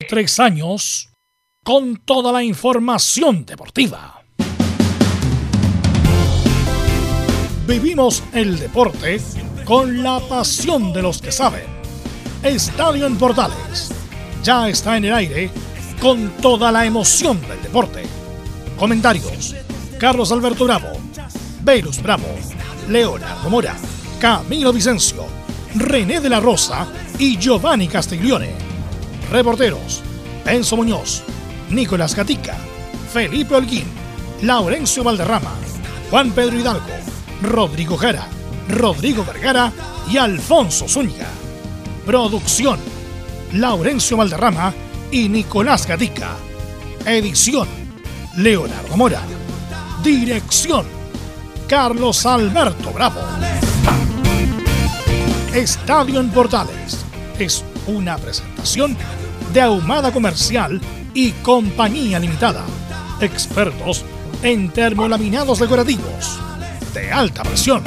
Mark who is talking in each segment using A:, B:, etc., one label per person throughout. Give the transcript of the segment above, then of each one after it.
A: 3 años con toda la información deportiva. Vivimos el deporte con la pasión de los que saben. Estadio en Portales ya está en el aire con toda la emoción del deporte. Comentarios: Carlos Alberto Bravo, Velus Bravo, Leonardo Mora, Camilo Vicencio, René de la Rosa y Giovanni Castiglione. Reporteros: Enzo Muñoz, Nicolás Gatica, Felipe Holguín, Laurencio Valderrama, Juan Pedro Hidalgo, Rodrigo Jara, Rodrigo Vergara y Alfonso Zúñiga. Producción: Laurencio Valderrama y Nicolás Gatica. Edición: Leonardo Mora. Dirección: Carlos Alberto Bravo. Estadio en Portales es una presentación de Ahumada Comercial y Compañía Limitada. Expertos en termolaminados decorativos de alta presión.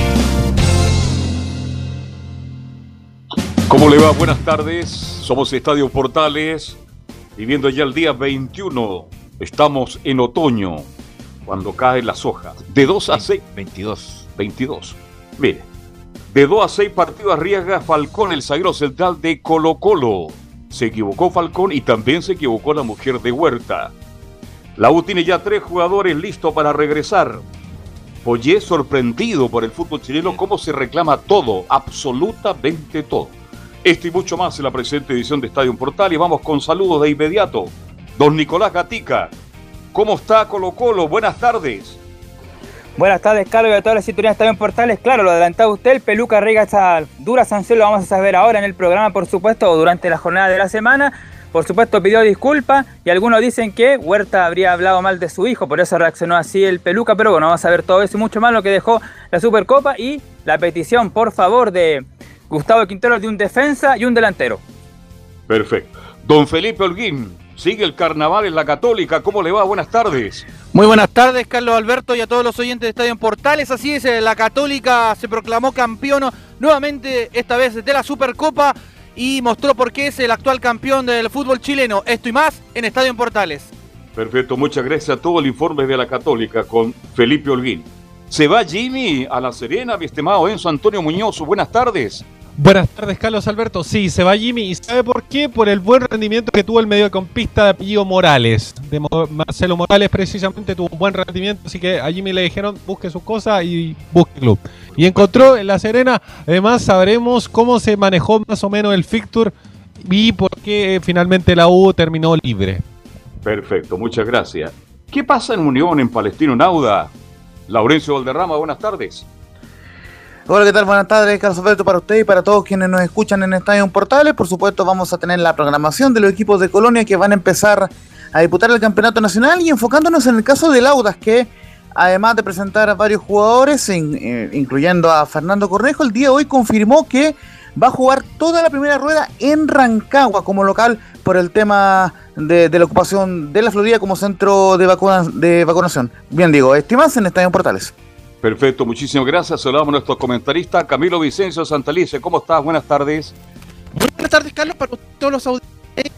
B: ¿Cómo le va? Buenas tardes. Somos Estadio Portales, viviendo ya el día 21. Estamos en otoño, cuando caen las hojas. De 2 a 6. 22. Mire, de 2 a 6 partidos arriesga Falcón, el zaguero central de Colo-Colo. Se equivocó Falcón y también se equivocó la mujer de Huerta. La U tiene ya 3 jugadores listos para regresar. Poyé sorprendido por el fútbol chileno, cómo se reclama todo, absolutamente todo. Esto y mucho más en la presente edición de Estadio Portal. Y vamos con saludos de inmediato. Don Nicolás Gatica, ¿cómo está Colo-Colo? Buenas tardes.
C: Buenas tardes, Carlos, y a todas las sintonías de Estadio Portales. Claro, lo adelantaba usted, el Peluca Rega, esa dura sanción lo vamos a saber ahora en el programa, por supuesto, o durante la jornada de la semana. Por supuesto, pidió disculpas y algunos dicen que Huerta habría hablado mal de su hijo, por eso reaccionó así el Peluca, pero bueno, vamos a ver todo eso y mucho más, lo que dejó la Supercopa y la petición, por favor, de Gustavo Quintero de un defensa y un delantero.
B: Perfecto. Don Felipe Holguín, sigue el carnaval en la Católica, ¿cómo le va? Buenas tardes.
D: Muy buenas tardes, Carlos Alberto, y a todos los oyentes de Estadio en Portales. Así es, la Católica se proclamó campeón nuevamente, esta vez de la Supercopa, y mostró por qué es el actual campeón del fútbol chileno. Esto y más en Estadio en Portales.
B: Perfecto, muchas gracias a todo el informe de la Católica con Felipe Holguín. Se va Jimmy a La Serena, mi estimado Enzo Antonio Muñoz. Buenas tardes.
E: Buenas tardes, Carlos Alberto. Sí, se va Jimmy. ¿Y sabe por qué? Por el buen rendimiento que tuvo el mediocampista de apellido Morales. Marcelo Morales precisamente tuvo un buen rendimiento, así que a Jimmy le dijeron busque sus cosas y busque club. Y encontró en La Serena. Además sabremos cómo se manejó más o menos el fixture y por qué finalmente la U terminó libre.
B: Perfecto, muchas gracias. ¿Qué pasa en Unión, en Palestino Nauda? Laurencio Valderrama, buenas tardes.
F: Hola, ¿qué tal? Buenas tardes, Carlos Alberto, para usted y para todos quienes nos escuchan en Estadio Portales. Por supuesto, vamos a tener la programación de los equipos de Colonia que van a empezar a disputar el campeonato nacional y enfocándonos en el caso del Audax, que además de presentar a varios jugadores, incluyendo a Fernando Cornejo, el día de hoy confirmó que va a jugar toda la primera rueda en Rancagua como local por el tema de la ocupación de la Florida como centro de vacunación. Bien, digo, estimas en Estadio Portales.
B: Perfecto, muchísimas gracias. Saludamos a nuestro comentarista Camilo Vicencio Santalice. ¿Cómo estás? Buenas tardes.
D: Muy buenas tardes, Carlos, para todos los auditores.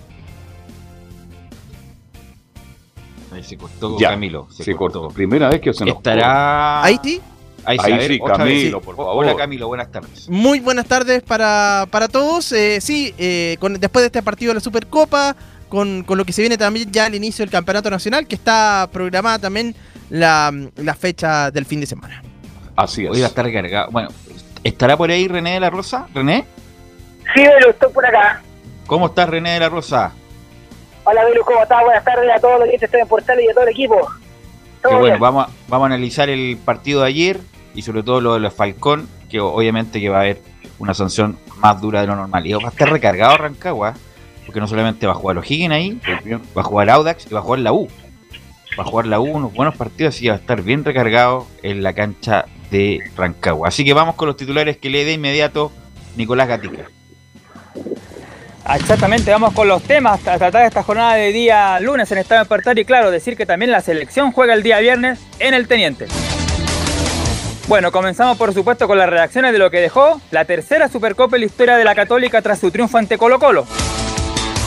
G: Ahí se cortó
B: ya,
G: Camilo.
B: Se cortó. Primera vez que se nos
G: estará.
D: ¿Ahí sí?
G: Ahí
B: sí, Camilo, por favor.
G: Hola, Camilo, buenas tardes.
D: Muy buenas tardes para todos. Después de este partido de la Supercopa, con lo que se viene también ya al inicio del Campeonato Nacional, que está programada también la fecha del fin de semana.
B: Así es.
G: Hoy va a estar recargado. Bueno, ¿estará por ahí René de la Rosa? ¿René?
H: Sí, Velu, estoy por acá.
G: ¿Cómo estás, René de la Rosa?
H: Hola, Velu, ¿cómo estás? Buenas tardes a todos los que están en Portales y a todo el equipo.
G: Que bueno, vamos a analizar el partido de ayer y sobre todo lo de los Falcón, que obviamente que va a haber una sanción más dura de lo normal. Y va a estar recargado Rancagua, porque no solamente va a jugar O'Higgins ahí, va a jugar Audax y va a jugar la U. Va a jugar la U unos buenos partidos, así que va a estar bien recargado en la cancha de Rancagua. Así que vamos con los titulares que lee de inmediato Nicolás Gatica.
C: Exactamente, vamos con los temas a tratar esta jornada de día lunes en Estadio Portales y claro, decir que también la selección juega el día viernes en el Teniente. Bueno, comenzamos por supuesto con las reacciones de lo que dejó la tercera Supercopa en la historia de la Católica tras su triunfo ante Colo-Colo.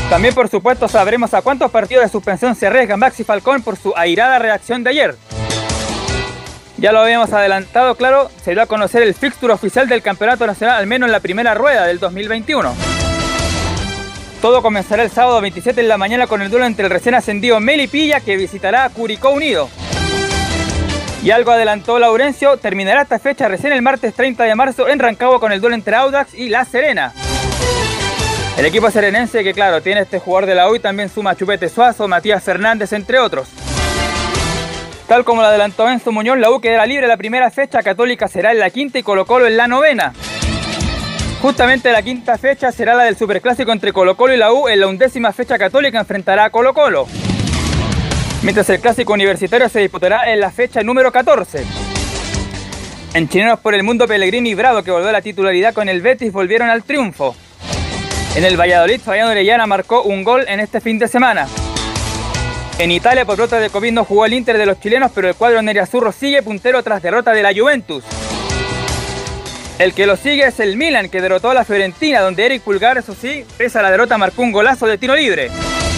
C: También, por supuesto, sabremos a cuántos partidos de suspensión se arriesga Maxi Falcón por su airada reacción de ayer. Ya lo habíamos adelantado, claro, se dio a conocer el fixture oficial del Campeonato Nacional, al menos en la primera rueda del 2021. Todo comenzará el sábado 27 en la mañana con el duelo entre el recién ascendido Melipilla, que visitará a Curicó Unido. Y algo adelantó Laurencio, terminará esta fecha recién el martes 30 de marzo en Rancagua con el duelo entre Audax y La Serena. El equipo serenense, que claro, tiene este jugador de la U y también suma a Chupete Suazo, Matías Fernández, entre otros. Tal como lo adelantó Enzo Muñoz, la U quedará libre la primera fecha, Católica será en la quinta y Colo-Colo en la novena. Justamente la quinta fecha será la del superclásico entre Colo-Colo y la U, en la 11ª fecha Católica enfrentará a Colo-Colo. Mientras el clásico universitario se disputará en la fecha número 14. En Chilenos por el Mundo, Pellegrini y Bravo, que volvió a la titularidad con el Betis, volvieron al triunfo. En el Valladolid, Fabián Orellana marcó un gol en este fin de semana. En Italia, por brota de COVID, no jugó el Inter de los chilenos, pero el cuadro nerazzurro sigue puntero tras derrota de la Juventus. El que lo sigue es el Milan, que derrotó a la Fiorentina, donde Eric Pulgar, eso sí, pese a la derrota, marcó un golazo de tiro libre.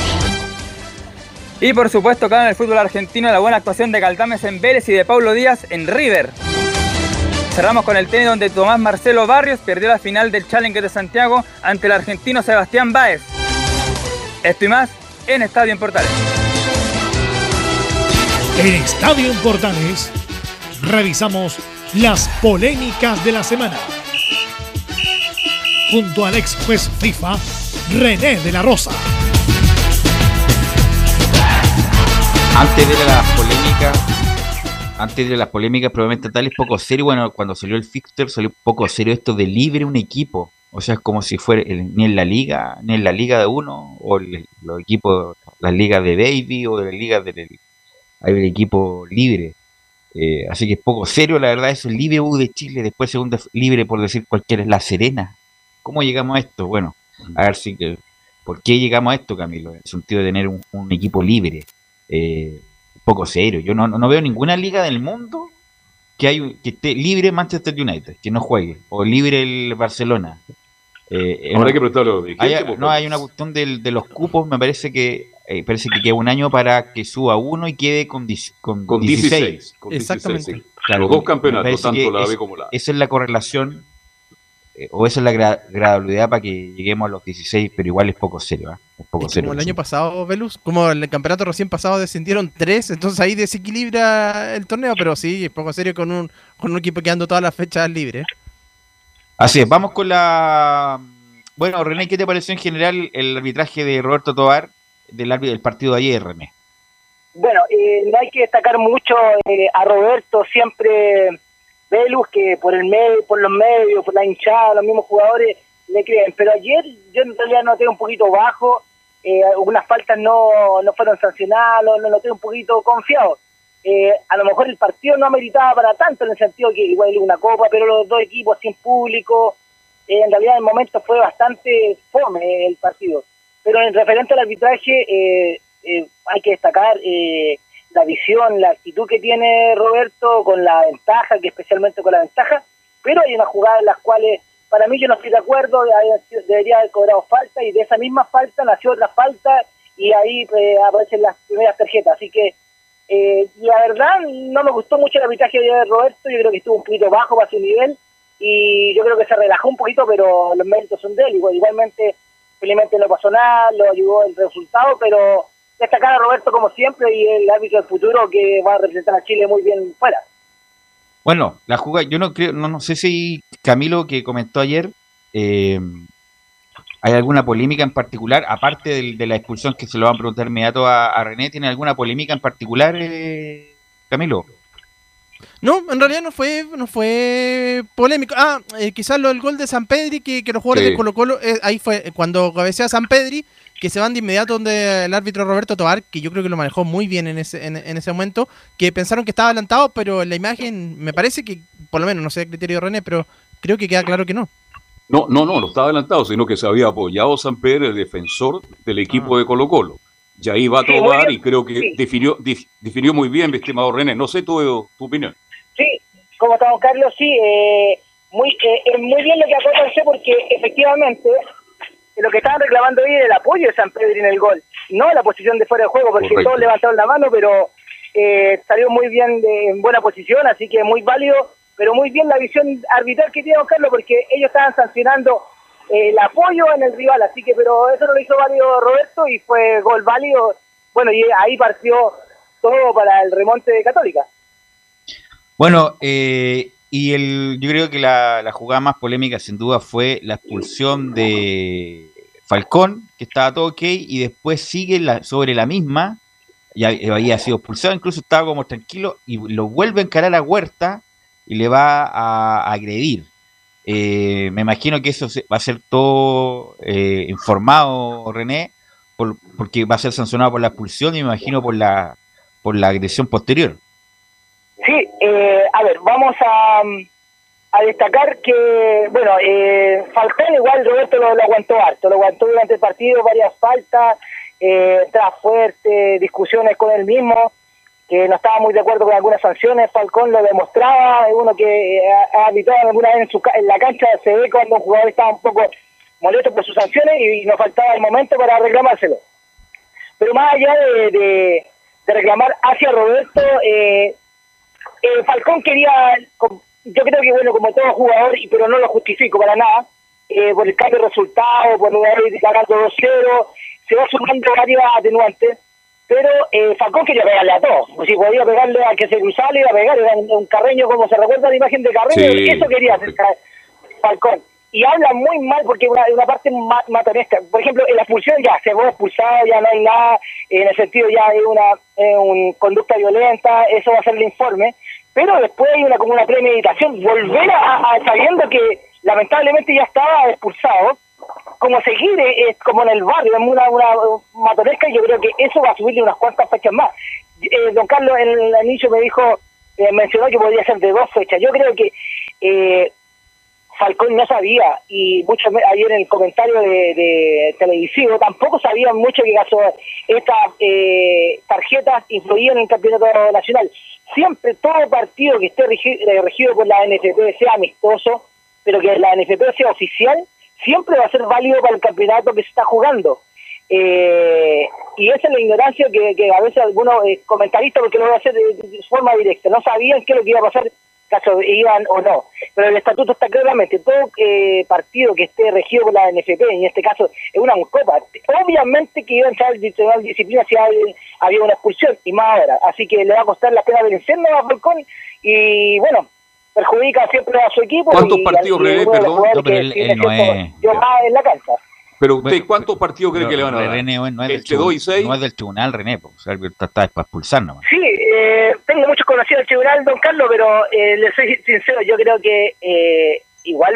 C: Y por supuesto, acá en el fútbol argentino, la buena actuación de Galdames en Vélez y de Paulo Díaz en River. Cerramos con el tenis, donde Tomás Marcelo Barrios perdió la final del Challenger de Santiago ante el argentino Sebastián Báez. Esto y más en Estadio en Portales.
A: En Estadio en Portales revisamos las polémicas de la semana junto al ex juez FIFA René de la Rosa.
G: Antes de las polémicas probablemente tal es poco serio. Bueno, cuando salió el fixture salió poco serio esto de libre un equipo. O sea, es como si fuera ni en la liga de uno, o los equipos, las ligas de Baby, o de la liga hay el equipo libre. Así que es poco serio, la verdad, eso. Libre U de Chile, después segunda libre, por decir cualquiera, es La Serena. ¿Cómo llegamos a esto? Bueno, a ver si ¿por qué llegamos a esto, Camilo? En el sentido de tener un equipo libre. Poco serio. Yo no veo ninguna liga del mundo que esté libre Manchester United, que no juegue, o libre el Barcelona.
B: Habrá que prestarlo.
G: Hay una cuestión de los cupos, me parece que queda un año para que suba uno y quede con 16.
B: Exactamente. Sí. Claro, los dos campeonatos, tanto la B como la A.
G: Esa es la correlación, o esa es la gradualidad para que lleguemos a los 16, pero igual es poco serio. Es poco serio.
I: Como el año pasado, Velus, como el campeonato recién pasado descendieron 3, entonces ahí desequilibra el torneo, pero sí, es poco serio con un equipo quedando todas las fechas libres.
G: Así es, vamos con la... Bueno, René, ¿qué te pareció en general el arbitraje de Roberto Tovar del partido de ayer, René?
H: Bueno, no hay que destacar mucho a Roberto, siempre Velus, que por los medios, por la hinchada, los mismos jugadores le creen, pero ayer yo en realidad noté un poquito bajo, algunas faltas no fueron sancionadas, lo noté un poquito confiado. A lo mejor el partido no ameritaba para tanto, en el sentido que igual una copa, pero los dos equipos sin público, en realidad en el momento fue bastante fome el partido. Pero en referente al arbitraje, hay que destacar la visión, la actitud que tiene Roberto con la ventaja, que especialmente con la ventaja, pero hay unas jugadas en las cuales para mí yo no estoy de acuerdo, debería haber cobrado falta, y de esa misma falta nació otra falta, y ahí aparecen las primeras tarjetas. Así que la verdad no me gustó mucho el arbitraje de Roberto, yo creo que estuvo un poquito bajo para su nivel, y yo creo que se relajó un poquito, pero los méritos son de él. Igualmente, felizmente no pasó nada, lo ayudó el resultado, pero destacar a Roberto como siempre, y el árbitro del futuro que va a representar a Chile muy bien fuera.
G: Bueno, la jugada, yo no creo, no sé si Camilo, que comentó ayer, ¿hay alguna polémica en particular, aparte de la expulsión, que se lo van a preguntar inmediato a René? ¿Tiene alguna polémica en particular, Camilo?
I: No, en realidad no fue polémico. Quizás el gol de Sampedri, que los jugadores de Colo-Colo, ahí fue cuando cabecea Sampedri, que se van de inmediato donde el árbitro Roberto Tovar, que yo creo que lo manejó muy bien en ese momento, que pensaron que estaba adelantado, pero en la imagen me parece que, por lo menos, no sé el criterio de René, pero creo que queda claro que no.
B: No estaba adelantado, sino que se había apoyado San Pedro, el defensor del equipo de Colo-Colo. Y ahí va a Tovar, y creo que definió muy bien, mi estimado René. No sé tu opinión.
H: Sí, como está don Carlos, sí, muy bien lo que acaba de hacer, porque efectivamente lo que estaban reclamando hoy era el apoyo de San Pedro en el gol, no la posición de fuera de juego, porque
B: Correcto.
H: todos levantaron la mano, pero salió muy bien, en buena posición, así que muy válido, pero muy bien la visión arbitral que tiene don Carlos, porque ellos estaban sancionando el apoyo en el rival, así que, pero eso no lo hizo válido Roberto y fue gol válido. Bueno, y ahí partió todo para el remonte de Católica.
G: Bueno, yo creo que la jugada más polémica sin duda fue la expulsión de Falcón, que estaba todo ok, y después sigue sobre la misma, ya había sido expulsado, incluso estaba como tranquilo, y lo vuelve a encarar a Huerta y le va a agredir. Me imagino que eso va a ser todo informado, René, porque va a ser sancionado por la expulsión y me imagino por la agresión posterior.
H: Sí, a ver, vamos a destacar que, bueno, Falcón igual Roberto lo aguantó harto, lo aguantó durante el partido, varias faltas, entradas fuertes, discusiones con él mismo, que no estaba muy de acuerdo con algunas sanciones. Falcón lo demostraba, es uno que ha habituado alguna vez en la cancha, se ve cuando un jugador estaba un poco molesto por sus sanciones y nos faltaba el momento para reclamárselo. Pero más allá de reclamar hacia Roberto, Falcón quería, yo creo que bueno, como todo jugador, pero no lo justifico para nada, por el cambio de resultado, por ir ganando 2-0, se va sumando varias atenuantes, pero Falcón quería pegarle a todos, o si podía pegarle a que se cruzaba, le iba a pegar, era un Carreño, como se recuerda la imagen de Carreño,
B: Sí.
H: eso quería hacer Falcón. Y habla muy mal porque una parte matonesca. Por ejemplo, en la expulsión ya se fue expulsado, ya no hay nada, en el sentido ya es una conducta violenta, eso va a ser el informe, pero después hay como una premeditación, volver a sabiendo que lamentablemente ya estaba expulsado, como seguir como en el barrio, en una matonesca, y yo creo que eso va a subirle unas cuantas fechas más. Don Carlos en el inicio me dijo, mencionó que podría ser de 2 fechas. Yo creo que Falcón no sabía, y muchos ayer en el comentario de televisivo tampoco sabían mucho que estas tarjetas influían en el campeonato nacional. Siempre todo partido que esté regido por la NFP sea amistoso, pero que la NFP sea oficial, siempre va a ser válido para el campeonato que se está jugando. Y esa es la ignorancia que a veces algunos comentaristas, porque lo voy a hacer de forma directa, no sabían qué es lo que iba a pasar, caso iban o no, pero el estatuto está claramente, todo partido que esté regido por la NFP, en este caso es una copa, obviamente que iba a entrar el disciplina si había una expulsión, y más ahora, así que le va a costar la pena del infierno a Falcón, y bueno, perjudica siempre a su equipo.
B: ¿Cuántos partidos, René, perdón?
G: No, pero él no es...
H: Yo más en la cancha.
B: Pero usted, ¿cuántos partidos cree que le van a dar?
G: René no es
B: ¿Entre 2 y 6?
G: No es del tribunal, René, porque o sea, está para expulsar nomás.
H: Sí, tengo muchos conocidos del tribunal, don Carlos, pero le soy sincero, yo creo que igual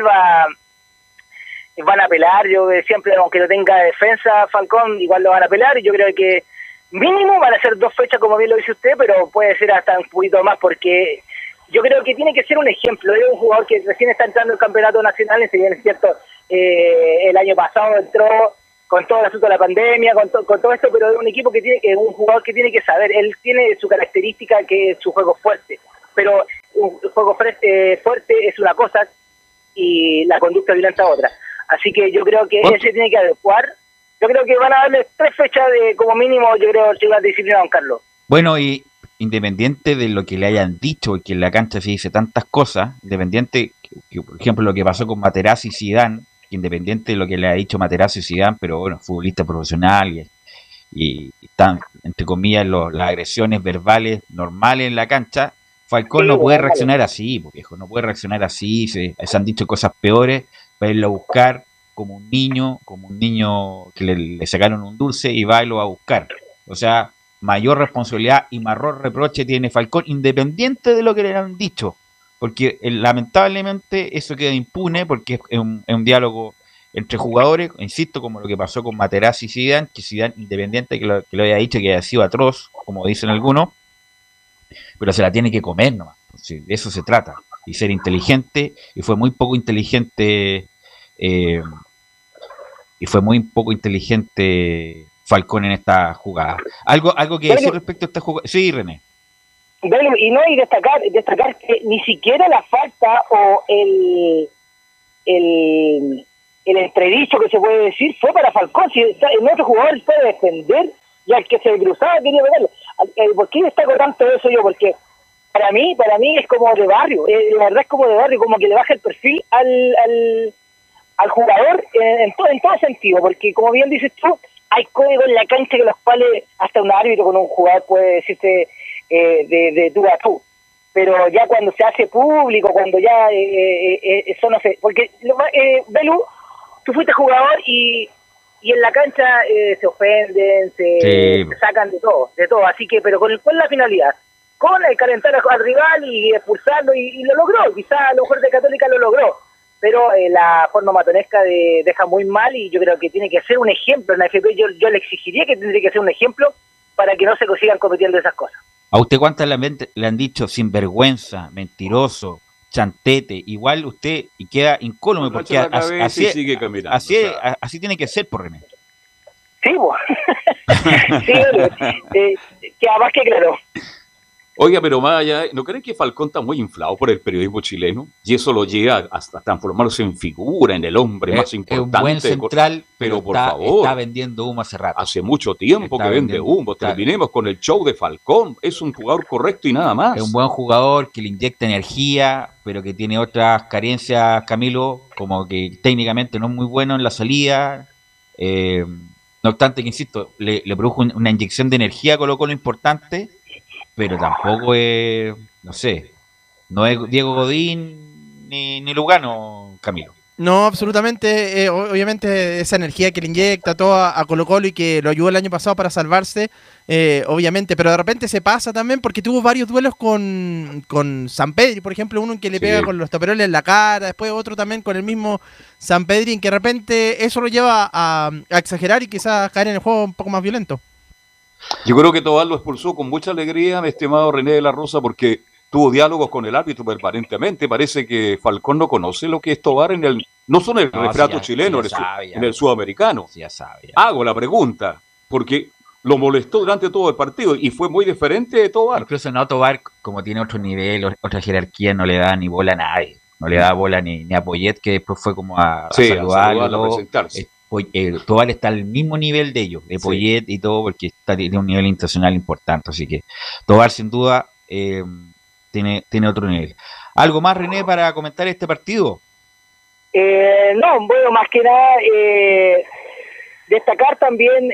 H: van a apelar. Yo siempre, aunque no tenga defensa Falcón, igual lo van a apelar, y yo creo que mínimo van a ser 2 fechas, como bien lo dice usted, pero puede ser hasta un poquito más, porque yo creo que tiene que ser un ejemplo. Es un jugador que recién está entrando en el campeonato nacional, si bien es cierto, el año pasado entró con todo el asunto de la pandemia, con todo esto, pero es un equipo es un jugador que tiene que saber, él tiene su característica, que es su juego fuerte, pero un juego fuerte es una cosa y la conducta violenta otra. Así que yo creo que ese tiene que adecuar. Yo creo que van a darle 3 fechas como mínimo, yo creo, si va a disciplinar a don Carlos.
G: Bueno, y independiente de lo que le hayan dicho, y que en la cancha se dice tantas cosas, independiente, que, por ejemplo, lo que pasó con Materazzi y Zidane, que independiente de lo que le ha dicho Materazzi y Zidane, pero bueno, futbolista profesional y están, entre comillas, las agresiones verbales normales en la cancha, Falcón no puede reaccionar así, viejo, no puede reaccionar así, se han dicho cosas peores, para irlo a buscar como un niño que le sacaron un dulce y va y lo va a buscar. O sea, mayor responsabilidad y mayor reproche tiene Falcón, independiente de lo que le han dicho, porque lamentablemente eso queda impune, porque es un diálogo entre jugadores, insisto, como lo que pasó con Materazzi y Zidane, que Zidane, independiente que lo haya dicho, que haya sido atroz, como dicen algunos, pero se la tiene que comer nomás. Entonces, de eso se trata, y ser inteligente, y fue muy poco inteligente Falcón en esta jugada. Algo que decir respecto a esta jugada. Sí, René.
H: Y no, y destacar que ni siquiera la falta o el entredicho que se puede decir fue para Falcón. Si el otro jugador puede defender y al que se cruzaba quería pegarlo. ¿Por qué destaco tanto eso yo? Porque para mí es como de barrio, la verdad es como de barrio, como que le baja el perfil al jugador en todo sentido, porque como bien dices tú, hay códigos en la cancha que los cuales hasta un árbitro con un jugador puede decirte de tú a tú, pero ya cuando se hace público, cuando ya eso no sé, porque Belu, tú fuiste jugador y en la cancha se ofenden, se sacan de todo, así que, pero ¿cuál es la finalidad? Con el calentar al rival y expulsarlo, y lo logró, quizás a lo mejor de Católica lo logró, pero la forma matonesca deja muy mal, y yo creo que tiene que ser un ejemplo en la FP. Yo le exigiría que tendría que ser un ejemplo para que no se sigan cometiendo esas cosas.
G: ¿A usted cuántas le han dicho sinvergüenza, mentiroso, chantete? Igual usted y queda incólume, porque así tiene que ser, por René.
H: Sí, vos. Sí, que además que claro.
B: Oiga, pero más allá, ¿no creen que Falcón está muy inflado por el periodismo chileno? Y eso lo llega hasta transformarse en figura, en el hombre más importante.
G: Es un buen central,
B: pero por favor.
G: Está vendiendo humo hace rato.
B: Hace mucho tiempo que vende humo. Terminemos con el show de Falcón. Es un jugador correcto y nada más.
G: Es un buen jugador que le inyecta energía, pero que tiene otras carencias, Camilo, como que técnicamente no es muy bueno en la salida. No obstante que, insisto, le produjo una inyección de energía a Colo-Colo importante, pero tampoco es, no sé, no es Diego Godín ni Lugano, Camilo.
I: No, absolutamente, obviamente esa energía que le inyecta todo a Colo-Colo y que lo ayudó el año pasado para salvarse, obviamente, pero de repente se pasa también porque tuvo varios duelos con Sampedri, por ejemplo, uno en que le pega con los taperoles en la cara, después otro también con el mismo Sampedri, en que de repente eso lo lleva a exagerar y quizás caer en el juego un poco más violento.
B: Yo creo que Tobar lo expulsó con mucha alegría, mi estimado René de la Rosa, porque tuvo diálogos con el árbitro permanentemente. Parece que Falcón no conoce lo que es Tobar no solo en el retrato chileno, en el sudamericano.
G: Sí, ya sabe, ya.
B: Hago la pregunta, porque lo molestó durante todo el partido y fue muy diferente de Tobar.
G: Incluso no, Tobar, como tiene otro nivel, otra jerarquía, no le da ni bola a nadie. No le da bola ni a Poyet, que después fue como a saludarlo, a presentarse. Tobar está al mismo nivel de ellos, de Poyet y todo, porque tiene un nivel internacional importante. Así que Tobar, sin duda, tiene otro nivel. ¿Algo más, René, para comentar este partido?
H: No, bueno, más que nada destacar también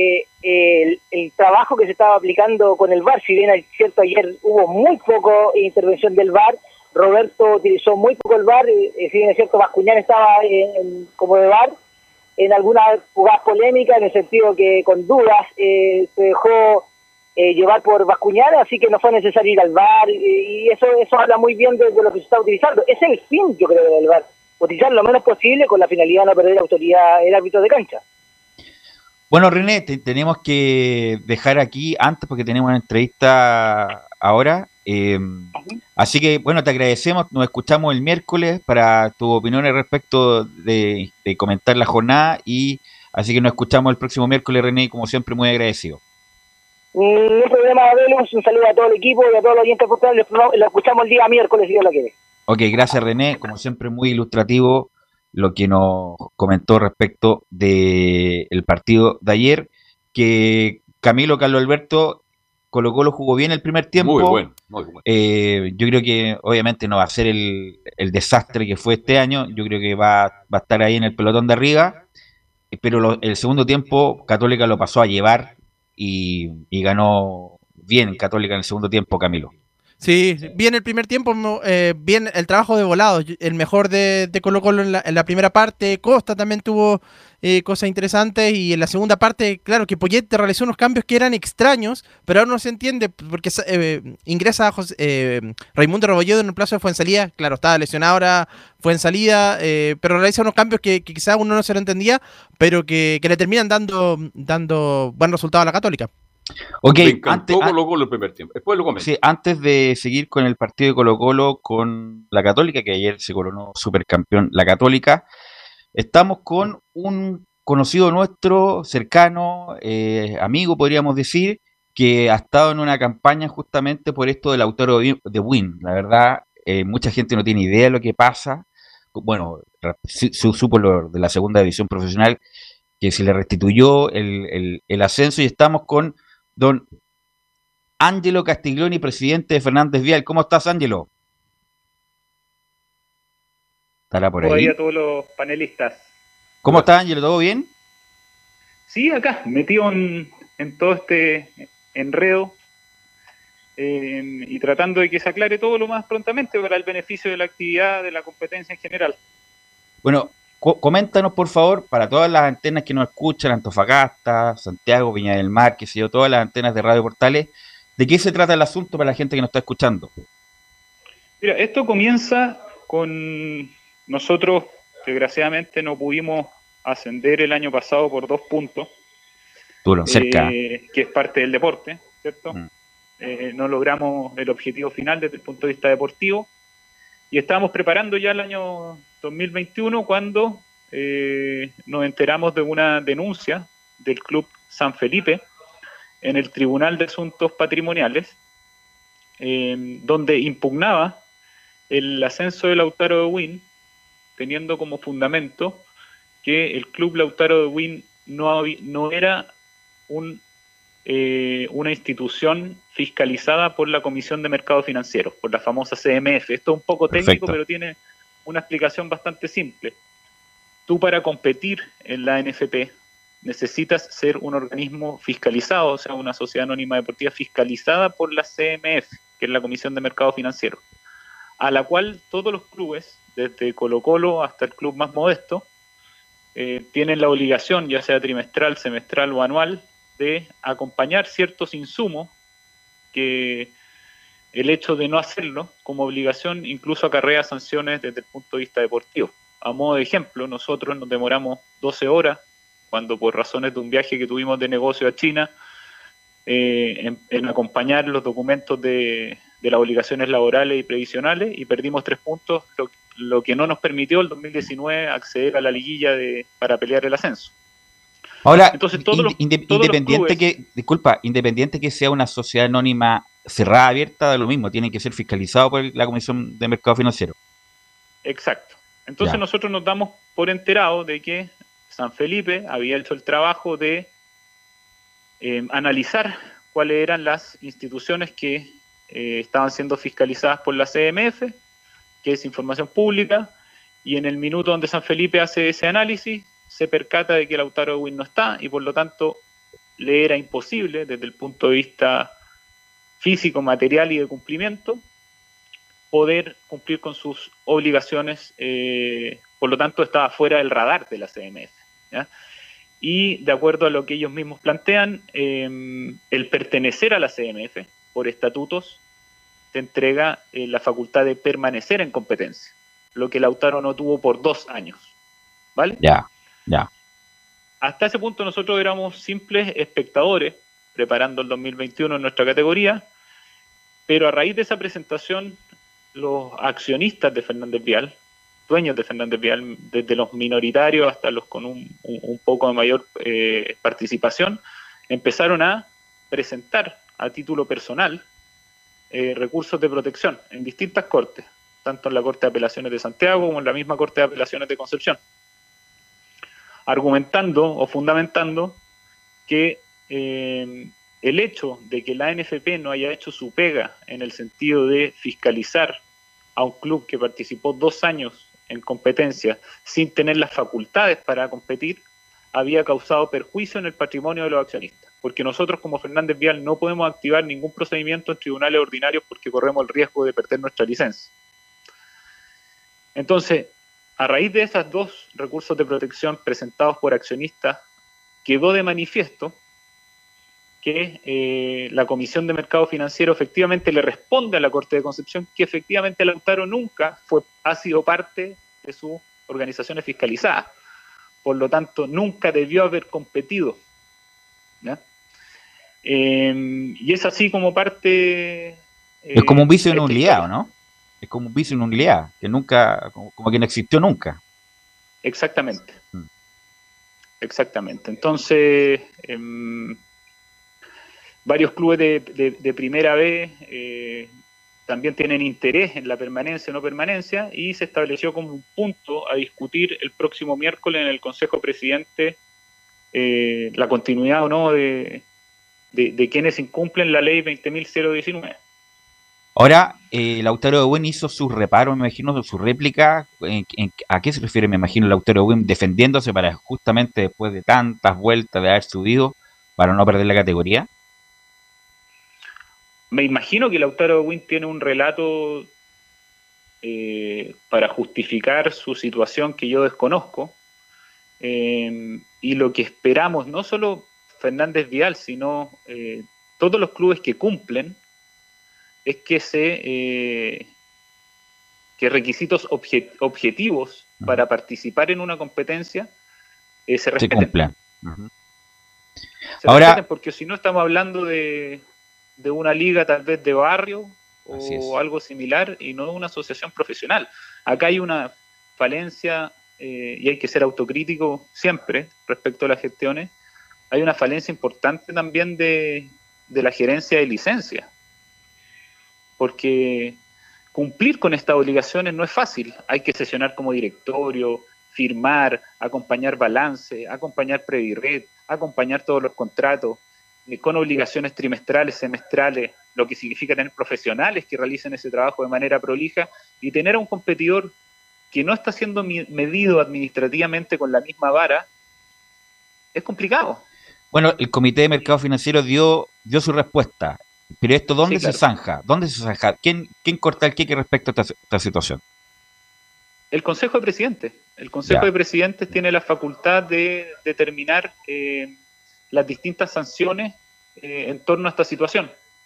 H: el trabajo que se estaba aplicando con el VAR. Si bien es cierto, ayer hubo muy poco intervención del VAR, Roberto utilizó muy poco el VAR, si bien es cierto, Bascuñán estaba como de VAR en algunas jugadas polémicas, en el sentido que con dudas se dejó llevar por Bascuñán, así que no fue necesario ir al VAR, y eso habla muy bien de lo que se está utilizando. Ese es el fin, yo creo, del VAR, utilizar lo menos posible con la finalidad de no perder la autoridad el árbitro de cancha.
G: Bueno, René, tenemos que dejar aquí antes porque tenemos una entrevista ahora. Así que, bueno, te agradecemos. Nos escuchamos el miércoles para tus opiniones respecto de comentar la jornada. Y así que nos escuchamos el próximo miércoles, René, y como siempre, muy agradecido.
H: No problema, Velus. Un saludo a todo el equipo y a todos los oyentes portales. Lo escuchamos el día miércoles, si Dios lo quiere.
G: Ok, gracias, René. Como siempre, muy ilustrativo lo que nos comentó respecto del partido de ayer, que Camilo, Carlos Alberto, Colo-Colo jugó bien el primer tiempo.
B: Muy bueno, muy bueno.
G: Yo creo que obviamente no va a ser el desastre que fue este año. Yo creo que va a estar ahí en el pelotón de arriba, pero el segundo tiempo Católica lo pasó a llevar y ganó bien Católica en el segundo tiempo, Camilo.
I: Sí, bien el primer tiempo, bien el trabajo de Volados, el mejor de Colo-Colo en la primera parte. Costa también tuvo cosas interesantes, y en la segunda parte, claro, que Poyet realizó unos cambios que eran extraños, pero ahora no se entiende, porque ingresa Raimundo Rebolledo en el plazo de Fuensalida. Claro, estaba lesionado ahora Fuensalida, pero realiza unos cambios que quizás uno no se lo entendía, pero que le terminan dando buen resultado a la Católica.
B: Okay, me encantó Colo-Colo el primer tiempo. Después lo comento.
G: Sí, antes de seguir con el partido de Colo-Colo con la Católica, que ayer se coronó supercampeón la Católica, estamos con un conocido nuestro, cercano, amigo, podríamos decir, que ha estado en una campaña justamente por esto del autor de Win. La verdad, mucha gente no tiene idea de lo que pasa, bueno, se supo lo de la segunda división profesional, que se le restituyó el ascenso, y estamos con don Ángelo Castiglioni, presidente de Fernández Vial. ¿Cómo estás, Ángelo? ¿Estará por ahí?
J: A todos los panelistas.
G: ¿Cómo estás, Ángelo? ¿Todo bien?
J: Sí, acá, metido en todo este enredo y tratando de que se aclare todo lo más prontamente para el beneficio de la actividad, de la competencia en general.
G: Bueno, coméntanos, por favor, para todas las antenas que nos escuchan, Antofagasta, Santiago, Viña del Mar, qué sé yo, todas las antenas de Radio Portales, ¿de qué se trata el asunto para la gente que nos está escuchando?
J: Mira, esto comienza con nosotros, desgraciadamente no pudimos ascender el año pasado por 2 puntos,
G: cerca.
J: Que es parte del deporte, ¿cierto? No logramos el objetivo final desde el punto de vista deportivo, y estábamos preparando ya el año 2021 cuando nos enteramos de una denuncia del Club San Felipe en el Tribunal de Asuntos Patrimoniales, donde impugnaba el ascenso de Lautaro de Win, teniendo como fundamento que el Club Lautaro de Win no era una institución fiscalizada por la Comisión de Mercado Financiero, por la famosa CMF. Esto es un poco técnico,
G: Perfecto.
J: pero tiene una explicación bastante simple. Tú, para competir en la NFP, necesitas ser un organismo fiscalizado, o sea, una sociedad anónima deportiva fiscalizada por la CMF, que es la Comisión de Mercado Financiero, a la cual todos los clubes, desde Colo-Colo hasta el club más modesto, tienen la obligación, ya sea trimestral, semestral o anual, de acompañar ciertos insumos que el hecho de no hacerlo como obligación incluso acarrea sanciones desde el punto de vista deportivo. A modo de ejemplo, nosotros nos demoramos 12 horas cuando, por razones de un viaje que tuvimos de negocio a China, en acompañar los documentos de las obligaciones laborales y previsionales, y perdimos 3 puntos, lo que no nos permitió el 2019 acceder a la liguilla para pelear el ascenso.
G: Ahora,
J: entonces,
G: independiente que sea una sociedad anónima cerrada, abierta, da lo mismo, tiene que ser fiscalizado por la Comisión de Mercado Financiero.
J: Exacto. Entonces nosotros nos damos por enterados de que San Felipe había hecho el trabajo de analizar cuáles eran las instituciones que estaban siendo fiscalizadas por la CMF, que es información pública, y en el minuto donde San Felipe hace ese análisis, se percata de que Lautaro de Win no está, y por lo tanto le era imposible, desde el punto de vista físico, material y de cumplimiento, poder cumplir con sus obligaciones, por lo tanto estaba fuera del radar de la CMF, ¿ya? Y de acuerdo a lo que ellos mismos plantean, el pertenecer a la CMF por estatutos te entrega la facultad de permanecer en competencia, lo que Lautaro no tuvo por 2 años, ¿vale?
G: Ya.
J: Hasta ese punto nosotros éramos simples espectadores preparando el 2021 en nuestra categoría, pero a raíz de esa presentación, los accionistas de Fernández Vial, dueños de Fernández Vial, desde los minoritarios hasta los con un poco de mayor participación, empezaron a presentar a título personal recursos de protección en distintas cortes, tanto en la Corte de Apelaciones de Santiago como en la misma Corte de Apelaciones de Concepción, argumentando o fundamentando que el hecho de que la NFP no haya hecho su pega en el sentido de fiscalizar a un club que participó 2 años en competencia sin tener las facultades para competir, había causado perjuicio en el patrimonio de los accionistas. Porque nosotros, como Fernández Vial, no podemos activar ningún procedimiento en tribunales ordinarios porque corremos el riesgo de perder nuestra licencia. Entonces, a raíz de esos 2 recursos de protección presentados por accionistas, quedó de manifiesto que la Comisión de Mercado Financiero efectivamente le responde a la Corte de Concepción que efectivamente Lautaro nunca ha sido parte de sus organizaciones fiscalizadas. Por lo tanto, nunca debió haber competido, ¿ya? Y es así como parte...
G: es como un vicio de nulidad, ¿no? Es como un vicio de nulidad, que nunca, como que no existió nunca.
J: Exactamente. Exactamente. Entonces, varios clubes de primera B también tienen interés en la permanencia o no permanencia, y se estableció como un punto a discutir el próximo miércoles en el Consejo Presidente la continuidad o no de quienes incumplen la ley 20.019.
G: Ahora, Lautaro de Buen hizo su reparo, me imagino, su réplica. ¿A qué se refiere, me imagino, Lautaro de Buen defendiéndose para justamente después de tantas vueltas de haber subido para no perder la categoría?
J: Me imagino que Lautaro de Buen tiene un relato para justificar su situación que yo desconozco, y lo que esperamos, no solo Fernández Vial, sino todos los clubes que cumplen, es que que requisitos objetivos para participar en una competencia se respeten.
G: Se cumplan.
J: Se
G: Ahora,
J: respeten, porque si no estamos hablando de una liga tal vez de barrio o algo similar, y no de una asociación profesional. Acá hay una falencia, y hay que ser autocrítico siempre respecto a las gestiones. Hay una falencia importante también de la gerencia de licencia, porque cumplir con estas obligaciones no es fácil. Hay que sesionar como directorio, firmar, acompañar balance, acompañar Previred, acompañar todos los contratos, con obligaciones trimestrales, semestrales, lo que significa tener profesionales que realicen ese trabajo de manera prolija, y tener a un competidor que no está siendo medido administrativamente con la misma vara, es complicado.
G: Bueno, el Comité de Mercado Financiero dio su respuesta. Pero esto, ¿dónde se zanja? ¿Dónde se zanja? ¿Quién corta el queque respecto a esta situación?
J: El Consejo de Presidentes. El Consejo de Presidentes tiene la facultad de determinar las distintas sanciones en torno a esta situación.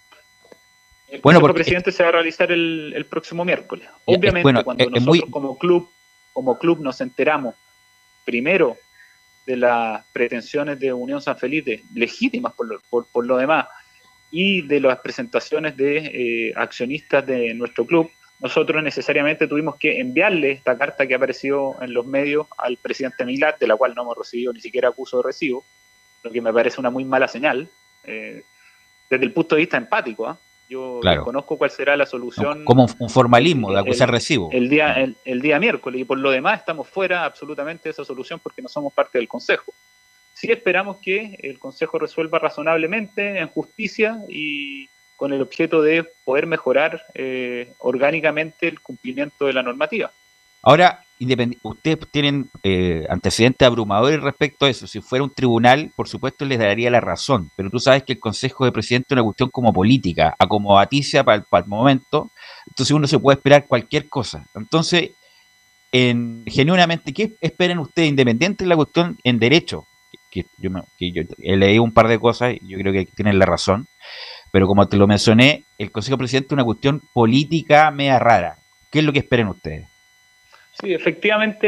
J: El Consejo de Presidentes se va a realizar el próximo miércoles. Obviamente, cuando nosotros como club nos enteramos primero de las pretensiones de Unión San Felipe, legítimas por lo demás, y de las presentaciones de accionistas de nuestro club, nosotros necesariamente tuvimos que enviarle esta carta que apareció en los medios al presidente Milat, de la cual no hemos recibido ni siquiera acuso de recibo, lo que me parece una muy mala señal, desde el punto de vista empático. Yo desconozco cuál será la solución.
G: Como un formalismo de acusar recibo.
J: El día miércoles, y por lo demás estamos fuera absolutamente de esa solución porque no somos parte del Consejo. Sí esperamos que el Consejo resuelva razonablemente, en justicia, y con el objeto de poder mejorar orgánicamente el cumplimiento de la normativa.
G: Ahora, ustedes tienen antecedentes abrumadores respecto a eso. Si fuera un tribunal, por supuesto les daría la razón, pero tú sabes que el Consejo de Presidentes es una cuestión como política, acomodaticia para el momento, entonces uno se puede esperar cualquier cosa. Entonces, genuinamente, ¿qué esperan ustedes, independiente de la cuestión en derecho? Que yo he leído un par de cosas y yo creo que tienen la razón, pero como te lo mencioné, el Consejo de Presidentes es una cuestión política media rara. ¿Qué es lo que esperan ustedes?
J: Sí, efectivamente,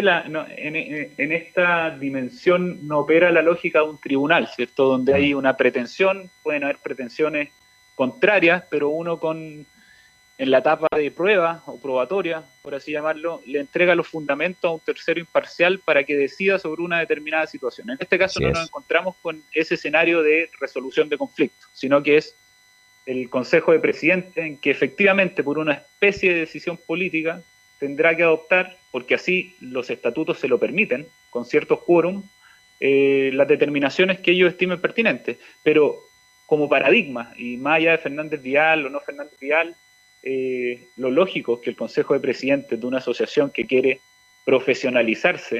J: en esta dimensión no opera la lógica de un tribunal, ¿cierto? Donde hay una pretensión, pueden haber pretensiones contrarias, pero uno en la etapa de prueba o probatoria, por así llamarlo, le entrega los fundamentos a un tercero imparcial para que decida sobre una determinada situación. En este caso no nos encontramos con ese escenario de resolución de conflicto, sino que es el Consejo de Presidentes en que efectivamente por una especie de decisión política tendrá que adoptar, porque así los estatutos se lo permiten, con ciertos quórum, las determinaciones que ellos estimen pertinentes. Pero como paradigma, y más allá de Fernández Vial o no Fernández Vial, lo lógico es que el Consejo de Presidentes de una asociación que quiere profesionalizarse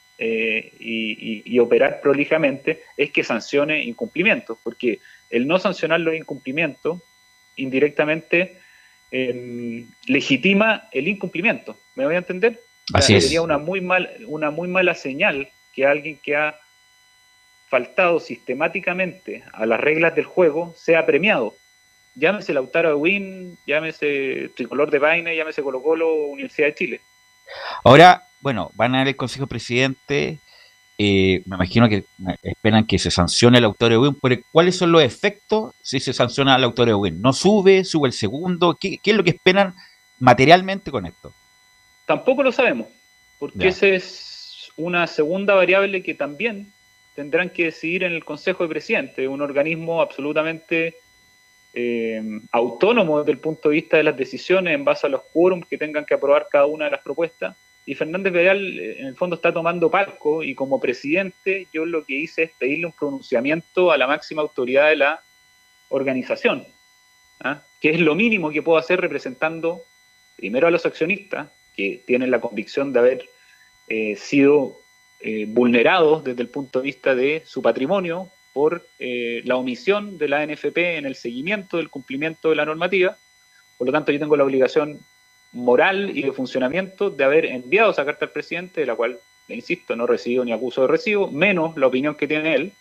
J: y operar prolijamente es que sancione incumplimientos, porque el no sancionar los incumplimientos indirectamente legitima el incumplimiento. ¿Me voy a entender?
G: Así es.
J: Sería una muy mala señal que alguien que ha faltado sistemáticamente a las reglas del juego sea premiado. Llámese Lautaro de Win, llámese Tricolor de Paine, llámese Colo-Colo, Universidad de Chile.
G: Ahora, bueno, van a dar el Consejo Presidente, me imagino que esperan que se sancione el Lautaro de Win, pero ¿cuáles son los efectos si se sanciona al Lautaro de Win? ¿No sube el segundo? ¿Qué es lo que esperan materialmente con esto?
J: Tampoco lo sabemos, porque esa es una segunda variable que también tendrán que decidir en el Consejo de Presidentes, un organismo absolutamente autónomo desde el punto de vista de las decisiones en base a los quórums que tengan que aprobar cada una de las propuestas. Y Fernández Vidal en el fondo está tomando palco, y como presidente yo lo que hice es pedirle un pronunciamiento a la máxima autoridad de la organización, que es lo mínimo que puedo hacer representando primero a los accionistas, que tienen la convicción de haber sido vulnerados desde el punto de vista de su patrimonio por la omisión de la NFP en el seguimiento del cumplimiento de la normativa. Por lo tanto, yo tengo la obligación moral y de funcionamiento de haber enviado esa carta al presidente, de la cual, le insisto, no recibo ni acuso de recibo, menos la opinión que tiene él.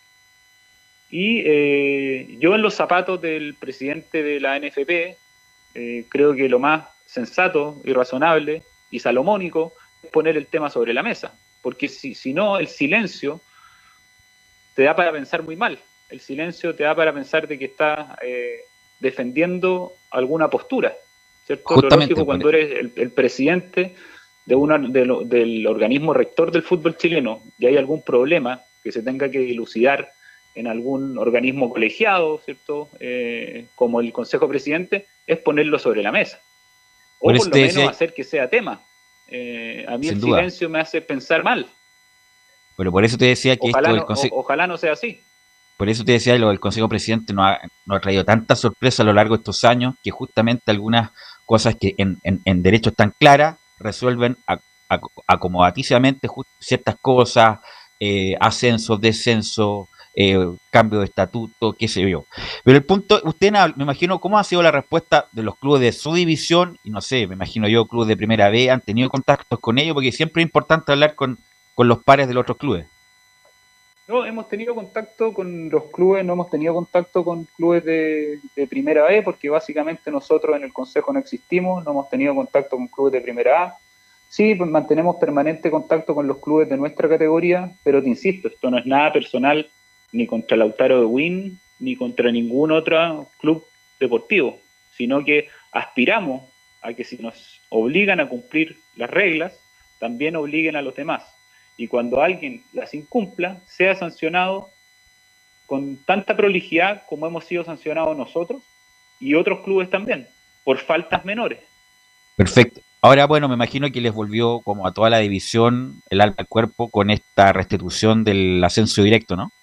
J: Y yo, en los zapatos del presidente de la NFP, creo que lo más sensato y razonable y salomónico es poner el tema sobre la mesa, porque si no, el silencio te da para pensar muy mal. El silencio te da para pensar de que estás defendiendo alguna postura, ¿cierto? Lo lógico, cuando eres el presidente del organismo rector del fútbol chileno y hay algún problema que se tenga que dilucidar en algún organismo colegiado, ¿cierto? Como el Consejo Presidente, es ponerlo sobre la mesa. O por lo menos hacer que sea tema. A mí el silencio me hace pensar mal.
G: Pero por eso te decía que
J: ojalá no sea así.
G: Por eso te decía, lo del Consejo Presidente no ha traído tanta sorpresa a lo largo de estos años, que justamente algunas cosas que en derecho están claras, resuelven acomodatísimamente ciertas cosas, ascenso, descenso, cambio de estatuto, qué sé yo. Pero el punto, usted me imagino, ¿cómo ha sido la respuesta de los clubes de su división? Y no sé, me imagino yo, clubes de primera B, ¿han tenido contactos con ellos? Porque siempre es importante hablar con los pares de los otros clubes.
J: No, hemos tenido contacto con los clubes, no hemos tenido contacto con clubes de primera B, porque básicamente nosotros en el Consejo no existimos, no hemos tenido contacto con clubes de primera A. Sí, pues mantenemos permanente contacto con los clubes de nuestra categoría, pero te insisto, esto no es nada personal ni contra Lautaro de Win, ni contra ningún otro club deportivo, sino que aspiramos a que si nos obligan a cumplir las reglas, también obliguen a los demás. Y cuando alguien las incumpla, sea sancionado con tanta prolijidad como hemos sido sancionados nosotros y otros clubes también, por faltas menores.
G: Perfecto. Ahora, bueno, me imagino que les volvió, como a toda la división, el alma al cuerpo con esta restitución del ascenso directo, ¿no?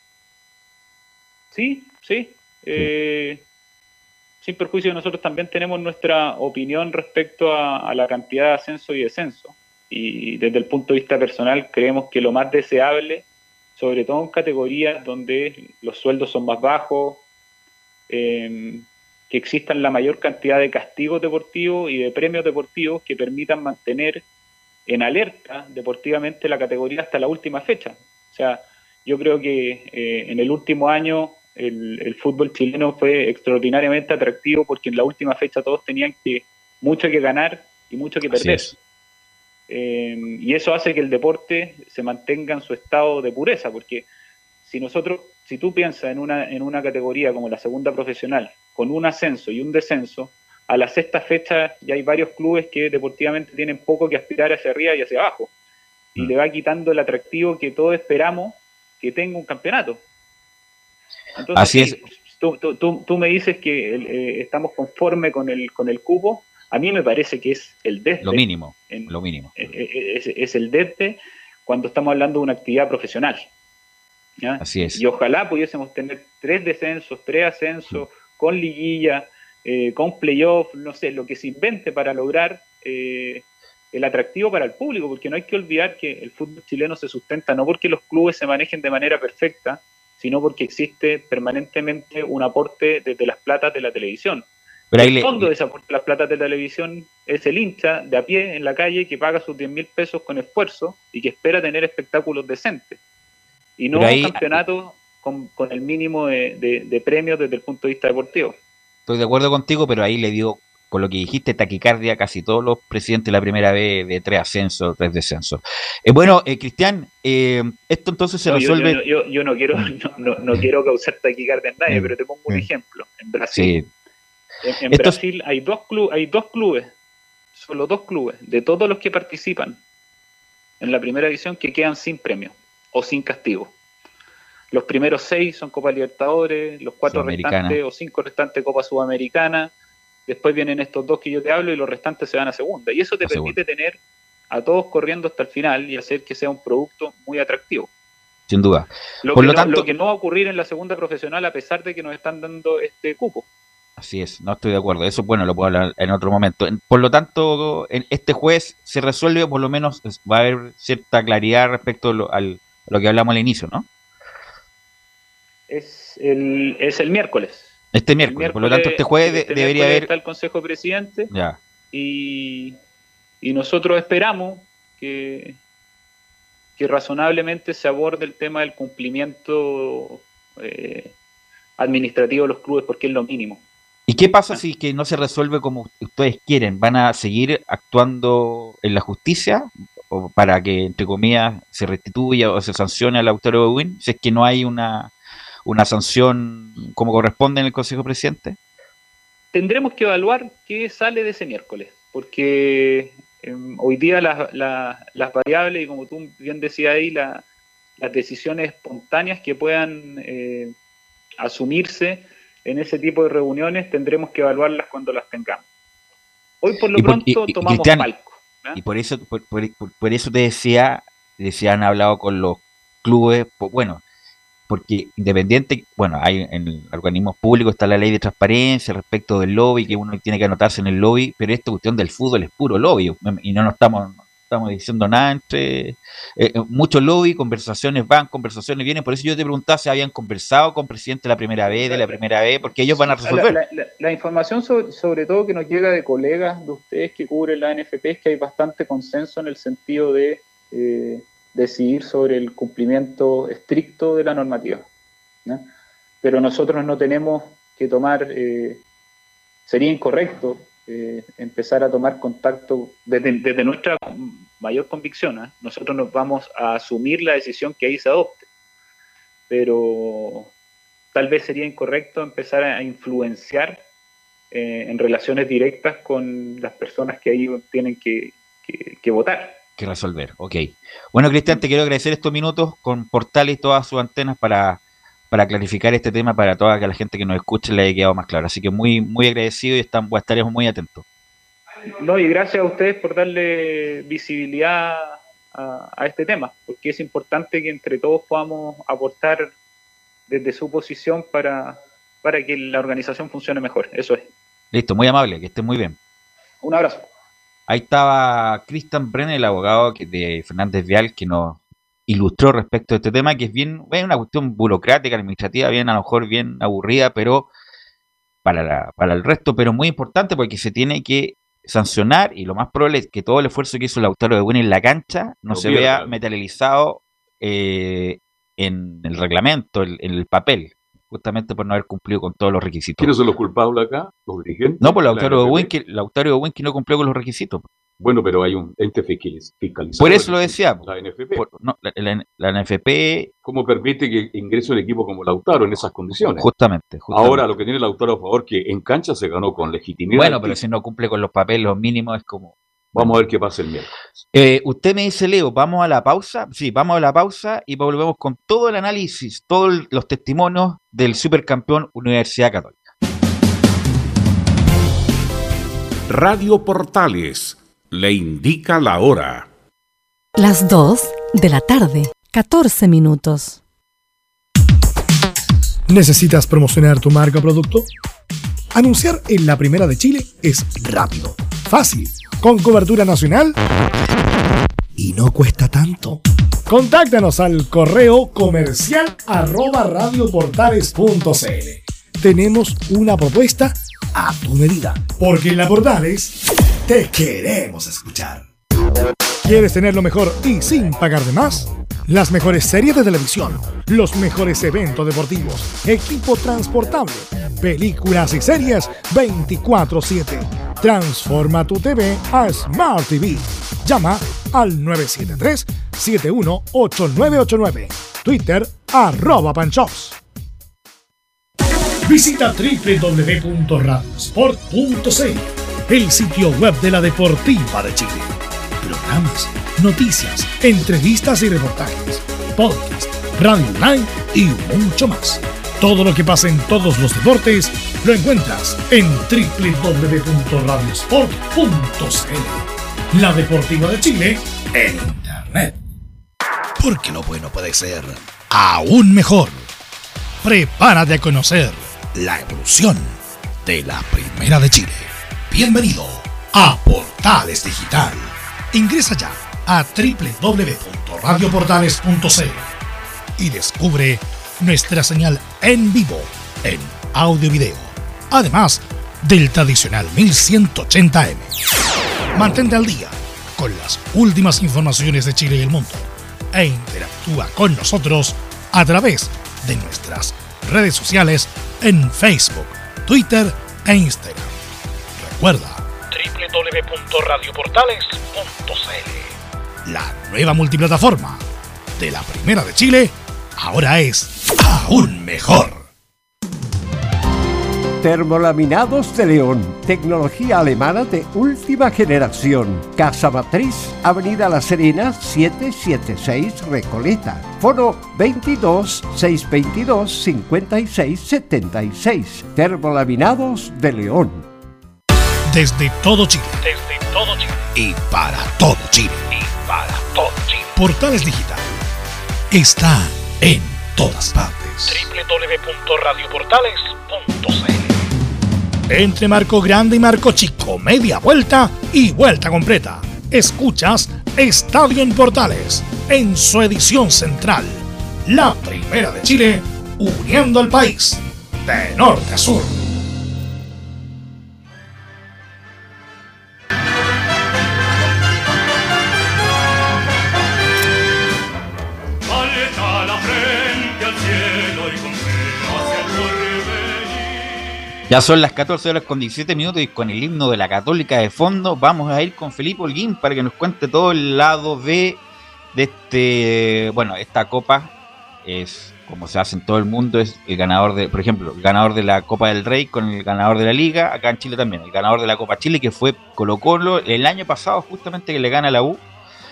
J: Sí. Sin perjuicio, nosotros también tenemos nuestra opinión respecto a la cantidad de ascenso y descenso. Y desde el punto de vista personal creemos que lo más deseable, sobre todo en categorías donde los sueldos son más bajos, que existan la mayor cantidad de castigos deportivos y de premios deportivos que permitan mantener en alerta deportivamente la categoría hasta la última fecha. O sea, yo creo que en el último año el fútbol chileno fue extraordinariamente atractivo porque en la última fecha todos tenían mucho que ganar y mucho que perder. Y eso hace que el deporte se mantenga en su estado de pureza, porque si tú piensas en una categoría como la segunda profesional, con un ascenso y un descenso, a la sexta fecha ya hay varios clubes que deportivamente tienen poco que aspirar hacia arriba y hacia abajo, y le va quitando el atractivo que todos esperamos que tenga un campeonato. Entonces,
G: así es.
J: Tú me dices que estamos conforme con el cupo. A mí me parece que es el desde.
G: Lo mínimo.
J: Es el desde cuando estamos hablando de una actividad profesional. ¿Ya?
G: Así es.
J: Y ojalá pudiésemos tener 3 descensos, 3 ascensos, con liguilla, con playoff, no sé, lo que se invente para lograr el atractivo para el público, porque no hay que olvidar que el fútbol chileno se sustenta no porque los clubes se manejen de manera perfecta, sino porque existe permanentemente un aporte desde las platas de la televisión. Pero el fondo de ese aporte de las platas de la televisión es el hincha de a pie en la calle que paga sus 10.000 pesos con esfuerzo y que espera tener espectáculos decentes. Y no un campeonato con el mínimo de premios desde el punto de vista deportivo.
G: Estoy de acuerdo contigo, pero ahí le digo, con lo que dijiste, taquicardia a casi todos los presidentes de la primera vez de 3 ascensos, 3 descensos. Bueno, Cristian, esto entonces se resuelve...
J: Yo no quiero causar taquicardia en nadie, pero te pongo un ejemplo. En Brasil, en Brasil hay dos clubes, solo 2 clubes, de todos los que participan en la primera división, que quedan sin premio o sin castigo. Los primeros 6 son Copa Libertadores, los 4 restantes o 5 restantes Copa Sudamericana. Después vienen estos 2 que yo te hablo y los restantes se van a segunda. Y eso te permite tener a todos corriendo hasta el final y hacer que sea un producto muy atractivo.
G: Sin duda.
J: Lo que no va a ocurrir en la segunda profesional a pesar de que nos están dando este cupo.
G: Así es, no estoy de acuerdo. Eso, bueno, lo puedo hablar en otro momento. Por lo tanto, en este jueves se resuelve, por lo menos va a haber cierta claridad respecto a lo que hablamos al inicio, ¿no?
J: Es el miércoles.
G: Este miércoles, por lo tanto este jueves debería haber...
J: Está el Consejo Presidente.
G: Ya.
J: Y nosotros esperamos que razonablemente se aborde el tema del cumplimiento administrativo de los clubes, porque es lo mínimo.
G: ¿Y qué pasa si que no se resuelve como ustedes quieren? ¿Van a seguir actuando en la justicia o para que, entre comillas, se restituya o se sancione al Lautaro Ewing? Si es que no hay una sanción como corresponde en el Consejo Presidente.
J: Tendremos que evaluar qué sale de ese miércoles, porque hoy día las variables, y como tú bien decías ahí, las decisiones espontáneas que puedan asumirse en ese tipo de reuniones, tendremos que evaluarlas cuando las tengamos. Hoy por lo pronto tomamos palco.
G: Y por eso te decía, han hablado con los clubes, bueno, porque Independiente, bueno, hay en el organismo público está la ley de transparencia respecto del lobby, que uno tiene que anotarse en el lobby, pero esta cuestión del fútbol es puro lobby, y no estamos diciendo nada entre mucho lobby, conversaciones van, conversaciones vienen. Por eso yo te preguntaba si habían conversado con presidente de la primera vez, porque ellos van a resolver.
J: La información sobre todo que nos llega de colegas de ustedes que cubren la NFP es que hay bastante consenso en el sentido de decidir sobre el cumplimiento estricto de la normativa, ¿no? Pero nosotros no tenemos que tomar, sería incorrecto empezar a tomar contacto desde nuestra mayor convicción, ¿eh? Nosotros nos vamos a asumir la decisión que ahí se adopte, pero tal vez sería incorrecto empezar a influenciar en relaciones directas con las personas que ahí tienen que votar.
G: Que resolver, ok. Bueno, Cristian, te quiero agradecer estos minutos con Portales y todas sus antenas para clarificar este tema para toda la gente que nos escuche le haya quedado más claro. Así que muy, muy agradecido y estaremos muy atentos.
J: No, y gracias a ustedes por darle visibilidad a este tema, porque es importante que entre todos podamos aportar desde su posición para que la organización funcione mejor. Eso es.
G: Listo, muy amable, que estén muy bien.
J: Un abrazo.
G: Ahí estaba Cristian Brenner, el abogado de Fernández Vial, que nos ilustró respecto a este tema, que es una cuestión burocrática, administrativa, bien a lo mejor bien aburrida, pero para el resto, pero muy importante porque se tiene que sancionar, y lo más probable es que todo el esfuerzo que hizo Lautaro Ewing en la cancha no se vea materializado en el reglamento, en el papel, justamente por no haber cumplido con todos los requisitos.
B: ¿Quiénes son los culpables acá? ¿Los dirigentes?
G: No, por Lautaro Ewing que no cumplió con los requisitos.
B: Bueno, pero hay un ente fiscalizador.
G: Por eso lo decía.
B: La NFP.
G: La NFP.
B: ¿Cómo permite que ingrese un equipo como Lautaro en esas condiciones?
G: Justamente.
B: Ahora, lo que tiene Lautaro a favor, que en cancha se ganó con legitimidad.
G: Bueno, pero si no cumple con los papeles, los mínimos, es como...
B: Vamos a ver qué pasa el miércoles.
G: Usted me dice, Leo, ¿vamos a la pausa? Sí, vamos a la pausa y volvemos con todo el análisis, todos los testimonios del supercampeón Universidad Católica.
K: Radio Portales le indica la hora.
L: Las 2 de la tarde, 14 minutos.
A: ¿Necesitas promocionar tu marca o producto? Anunciar en la Primera de Chile es rápido, fácil, con cobertura nacional y no cuesta tanto. Contáctanos al correo comercial @radioportales.cl. Tenemos una propuesta a tu medida, porque en la Portales te queremos escuchar. ¿Quieres tener lo mejor y sin pagar de más? Las mejores series de televisión, los mejores eventos deportivos, equipo transportable, películas y series 24/7. Transforma tu TV a Smart TV. Llama al 973-718989. Twitter @Panchops. Visita www.radiosport.cl, el sitio web de la Deportiva de Chile. Programas, noticias, entrevistas y reportajes, podcast, Radio Online y mucho más. Todo lo que pasa en todos los deportes lo encuentras en www.radiosport.cl. La Deportiva de Chile en Internet. Porque lo bueno puede ser aún mejor. Prepárate a conocer la evolución de la Primera de Chile. Bienvenido a Portales Digital. Ingresa ya a www.radioportales.cl y descubre nuestra señal en vivo en audio y video, además del tradicional 1180M. Mantente al día con las últimas informaciones de Chile y el mundo e interactúa con nosotros a través de nuestras redes sociales en Facebook, Twitter e Instagram. Recuerda www.radioportales.cl. La nueva multiplataforma de la Primera de Chile ahora es aún mejor.
M: Termolaminados de León, tecnología alemana de última generación. Casa Matriz, Avenida La Serena, 776 Recoleta. Foro 22 622 5676. Termolaminados de León.
A: Desde todo Chile. Y para todo Chile. Portales Digital está en todas partes. www.radioportales.cl. Entre marco grande y marco chico, media vuelta y vuelta completa. Escuchas Estadio en Portales en su edición central. La Primera de Chile, uniendo al país de norte a sur.
G: Ya son las 14 horas con 17 minutos y con el himno de la Católica de fondo vamos a ir con Felipe Holguín para que nos cuente todo el lado B de esta copa. Es como se hace en todo el mundo, es el ganador de, por ejemplo, el ganador de la Copa del Rey con el ganador de la Liga, acá en Chile también, el ganador de la Copa Chile que fue Colo-Colo el año pasado justamente que le gana a la U,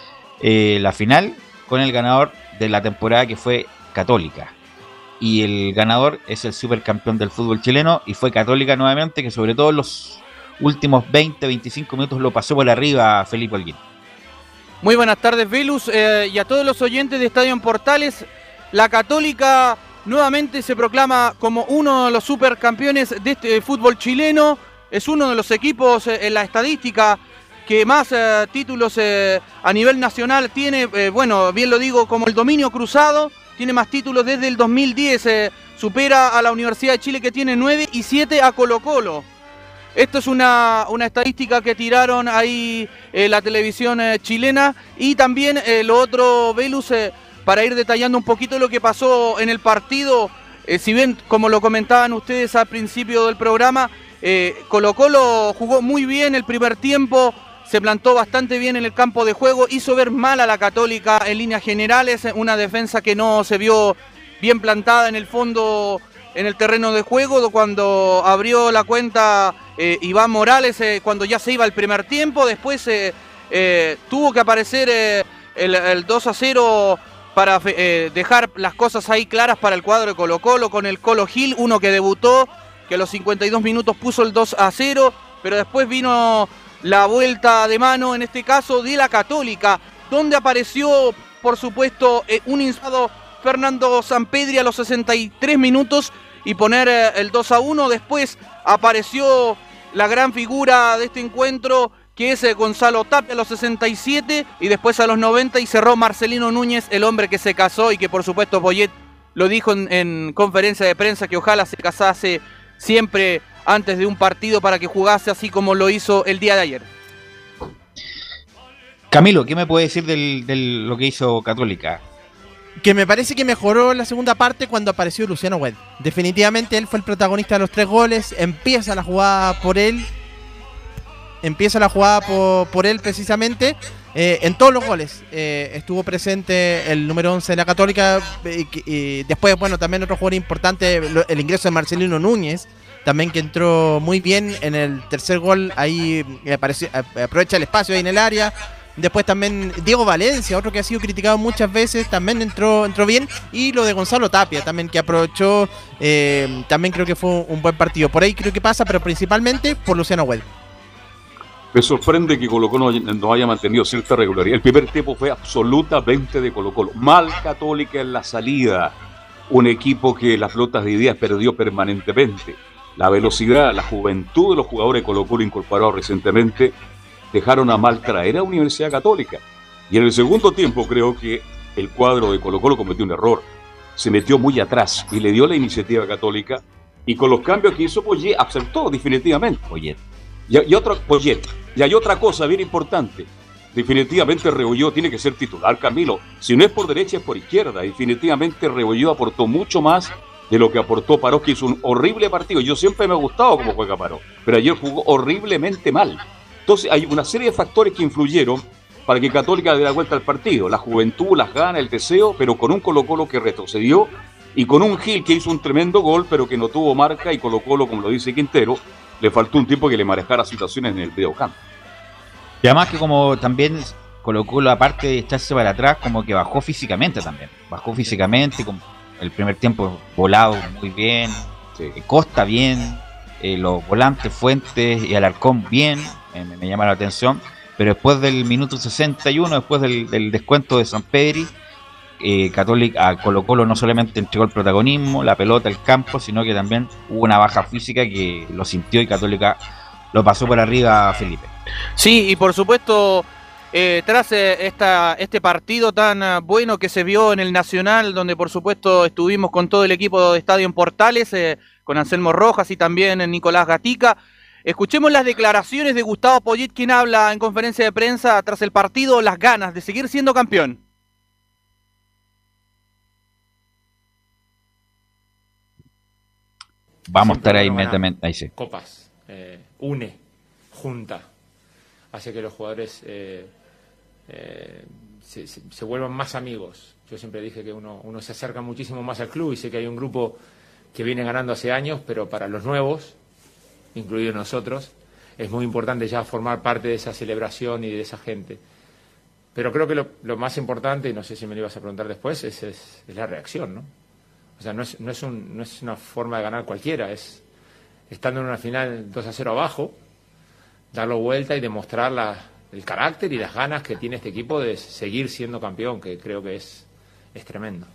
G: la final con el ganador de la temporada que fue Católica. Y el ganador es el supercampeón del fútbol chileno y fue Católica nuevamente, que sobre todo en los últimos 20-25 minutos lo pasó por arriba a Felipe Holguín.
D: Muy buenas tardes, Velus, y a todos los oyentes de Estadio en Portales. La Católica nuevamente se proclama como uno de los supercampeones de este fútbol chileno. Es uno de los equipos en la estadística que más títulos a nivel nacional tiene, bien lo digo, como el dominio cruzado. Tiene más títulos desde el 2010, supera a la Universidad de Chile que tiene 9 y 7 a Colo-Colo. Esto es una estadística que tiraron ahí la televisión chilena. Y también lo otro, Velus, para ir detallando un poquito lo que pasó en el partido, si bien como lo comentaban ustedes al principio del programa, Colo-Colo jugó muy bien el primer tiempo, se plantó bastante bien en el campo de juego, hizo ver mal a la Católica en líneas generales, una defensa que no se vio bien plantada en el fondo, en el terreno de juego, cuando abrió la cuenta Iván Morales, cuando ya se iba el primer tiempo. Después tuvo que aparecer el 2-0 para dejar las cosas ahí claras para el cuadro de Colo-Colo, con el Colo Gil, uno que debutó, que a los 52 minutos puso el 2-0, pero después vino la vuelta de mano, en este caso de la Católica, donde apareció, por supuesto, un inspirado Fernando Sampedri a los 63 minutos y poner el 2-1. Después apareció la gran figura de este encuentro, que es Gonzalo Tapia a los 67, y después a los 90 y cerró Marcelino Núñez, el hombre que se casó y que por supuesto Poyet lo dijo en conferencia de prensa, que ojalá se casase siempre antes de un partido para que jugase así como lo hizo el día de ayer.
G: Camilo, ¿qué me puede decir de lo que hizo Católica?
I: Que me parece que mejoró en la segunda parte cuando apareció Luciano Wed. Definitivamente él fue el protagonista de los 3 goles, empieza la jugada por él precisamente, en todos los goles estuvo presente el número 11 de la Católica, y después, también otro jugador importante, el ingreso de Marcelino Núñez, también que entró muy bien en el tercer gol, ahí aprovecha el espacio ahí en el área, Después también Diego Valencia, otro que ha sido criticado muchas veces, también entró bien. Y lo de Gonzalo Tapia también, que aprovechó, también creo que fue un buen partido. Por ahí creo que pasa, pero principalmente por Luciano Huel.
B: Me sorprende que Colo-Colo no haya mantenido cierta regularidad. El primer tiempo fue absolutamente de Colo-Colo. Mal Católica en la salida. Un equipo que las pelotas de ideas perdió permanentemente. La velocidad, la juventud de los jugadores de Colo-Colo incorporados recientemente dejaron a mal traer a Universidad Católica. Y en el segundo tiempo creo que el cuadro de Colo-Colo cometió un error. Se metió muy atrás y le dio la iniciativa Católica. Y con los cambios que hizo Poyet, aceptó definitivamente. Y hay otra cosa bien importante. Definitivamente Rebolló tiene que ser titular, Camilo. Si no es por derecha, es por izquierda. Definitivamente Rebolló aportó mucho más de lo que aportó Paró, que hizo un horrible partido. Yo siempre me ha gustado cómo juega Paró, pero ayer jugó horriblemente mal. Entonces hay una serie de factores que influyeron para que Católica diera vuelta al partido. La juventud, las ganas, el deseo, pero con un Colo-Colo que retrocedió y con un Gil que hizo un tremendo gol, pero que no tuvo marca, y Colo-Colo, como lo dice Quintero, le faltó un tiempo que le manejara situaciones en el mediocampo.
G: Y además que como también Colo-Colo, aparte de echarse para atrás, como que bajó físicamente también. Bajó físicamente, como el primer tiempo volado muy bien, Costa bien, los volantes Fuentes y Alarcón bien, me llama la atención. Pero después del minuto 61, después del descuento de Sampedri, Católica a Colo-Colo no solamente entregó el protagonismo, la pelota, el campo, sino que también hubo una baja física que lo sintió y Católica lo pasó por arriba a Felipe.
D: Sí, y por supuesto, tras este partido tan bueno que se vio en el Nacional, donde por supuesto estuvimos con todo el equipo de Estadio en Portales, con Anselmo Rojas y también Nicolás Gatica, escuchemos las declaraciones de Gustavo Poyet, quien habla en conferencia de prensa tras el partido, las ganas de seguir siendo campeón.
G: Vamos a estar ahí inmediatamente. Ahí sí.
N: Copas, une, junta, hace que los jugadores se vuelvan más amigos. Yo siempre dije que uno se acerca muchísimo más al club y sé que hay un grupo que viene ganando hace años, pero para los nuevos, incluidos nosotros, es muy importante ya formar parte de esa celebración y de esa gente. Pero creo que lo más importante, y no sé si me lo ibas a preguntar después, es la reacción, ¿no? O sea, no es una forma de ganar cualquiera, es estando en una final 2-0 abajo, darlo vuelta y demostrar el carácter y las ganas que tiene este equipo de seguir siendo campeón, que creo que es tremendo.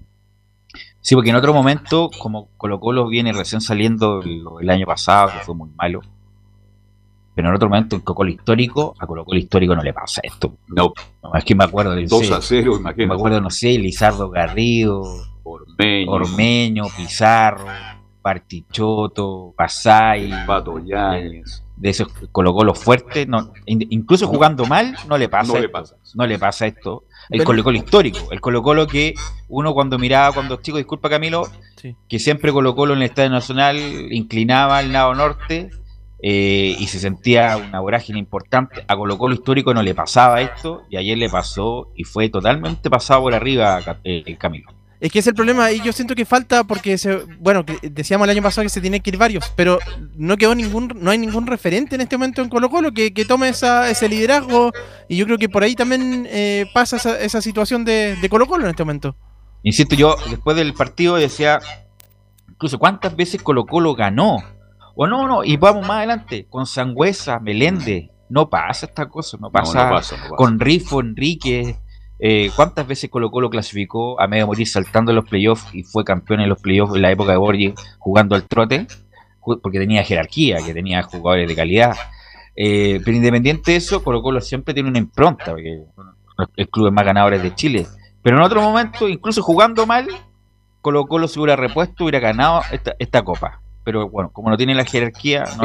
G: Sí, porque en otro momento, como Colo-Colo viene recién saliendo el año pasado, que fue muy malo, pero en otro momento, a Colo-Colo histórico no le pasa esto.
B: No
G: es que me acuerdo del
B: 2-0, imagínate.
G: Me acuerdo, no sé, Lizardo Garrido, Ormeño, Pizarro, Partichoto, Pasay,
B: Pato Yáñez.
G: De esos Colo-Colo fuertes, incluso jugando mal, no le pasa esto. El Colo-Colo histórico, el Colo-Colo que uno cuando miraba cuando chico, disculpa Camilo, sí, que siempre Colo-Colo en el Estadio Nacional inclinaba al lado norte y se sentía una vorágine importante. A Colo-Colo histórico no le pasaba esto y ayer le pasó y fue totalmente pasado por arriba el Camilo.
I: Es que es el problema, y yo siento que falta porque, que decíamos el año pasado que se tiene que ir varios, pero no hay ningún referente en este momento en Colo-Colo que tome ese liderazgo, y yo creo que por ahí también pasa esa situación de Colo-Colo en este momento.
G: Insisto, yo después del partido decía, incluso cuántas veces Colo-Colo ganó, o no, y vamos más adelante, con Sangüesa, Meléndez, no pasa esta cosa, no pasa. Con Rifo, Enrique. ¿Cuántas veces Colo-Colo clasificó a medio morir saltando en los playoffs y fue campeón en los playoffs en la época de Borgi jugando al trote? Porque tenía jerarquía, que tenía jugadores de calidad. Pero independiente de eso, Colo-Colo siempre tiene una impronta, porque el club es más ganadores de Chile. Pero en otro momento, incluso jugando mal, Colo-Colo se hubiera repuesto, hubiera ganado esta copa. Pero bueno, como no tiene la jerarquía, no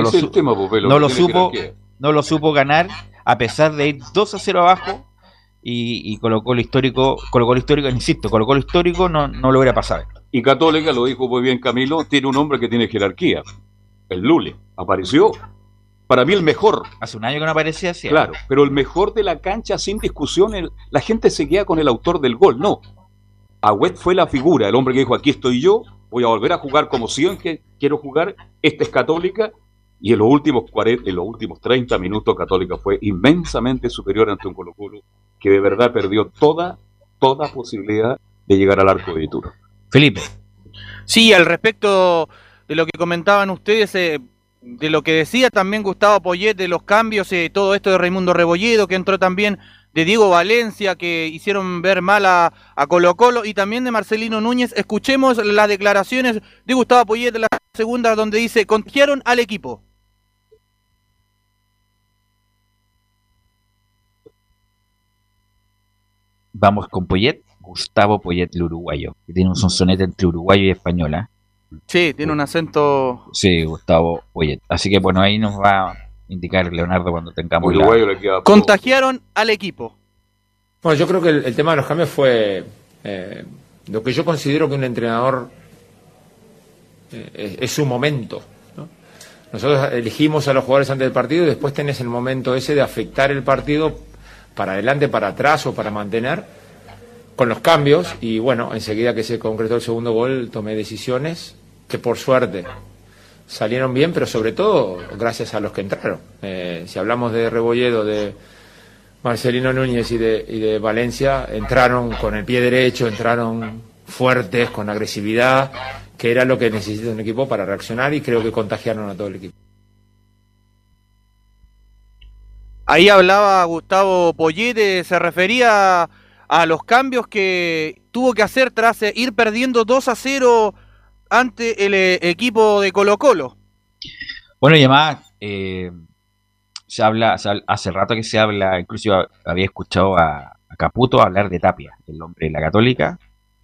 G: lo supo ganar, a pesar de ir 2-0 abajo. Y Colo-Colo histórico, insisto, Colo-Colo histórico no lo hubiera pasado.
B: Y Católica, lo dijo muy bien Camilo, tiene un hombre que tiene jerarquía, el Lule, apareció, para mí el mejor.
G: Hace un año que no aparecía así.
B: Claro, pero el mejor de la cancha sin discusión, la gente se queda con el autor del gol, no. Agüet fue la figura, el hombre que dijo, aquí estoy yo, voy a volver a jugar como siempre quiero jugar, esta es Católica, Y en los últimos 30 minutos Católica fue inmensamente superior ante un Colo-Colo que de verdad perdió toda posibilidad de llegar al arco de Dituro.
G: Felipe.
D: Sí, al respecto de lo que comentaban ustedes, de lo que decía también Gustavo Poyet, de los cambios, todo esto de Raimundo Rebolledo, que entró también de Diego Valencia, que hicieron ver mal a Colo-Colo, y también de Marcelino Núñez. Escuchemos las declaraciones de Gustavo Poyet de la segunda, donde dice: contagiaron al equipo.
G: Vamos con Poyet, Gustavo Poyet, el uruguayo, que tiene un sonsonete entre uruguayo y española.
D: Sí, tiene un acento.
G: Sí, Gustavo Poyet. Así que bueno, ahí nos va a indicar Leonardo cuando tengamos
D: Contagiaron al equipo.
N: Bueno, yo creo que el tema de los cambios fue lo que yo considero que un entrenador es su momento, ¿no? Nosotros elegimos a los jugadores antes del partido y después tenés el momento ese de afectar el partido para adelante, para atrás o para mantener con los cambios. Y bueno, enseguida que se concretó el segundo gol tomé decisiones que por suerte salieron bien, pero sobre todo gracias a los que entraron. Si hablamos de Rebolledo, de Marcelino Núñez y de Valencia, entraron con el pie derecho, entraron fuertes, con agresividad, que era lo que necesita un equipo para reaccionar, y creo que contagiaron a todo el equipo.
D: Ahí hablaba Gustavo Poyet, se refería a los cambios que tuvo que hacer tras ir perdiendo 2-0 ante el equipo de Colo-Colo.
G: Bueno, y además hace rato que se habla, incluso había escuchado a Caputo hablar de Tapia, el hombre de la Católica,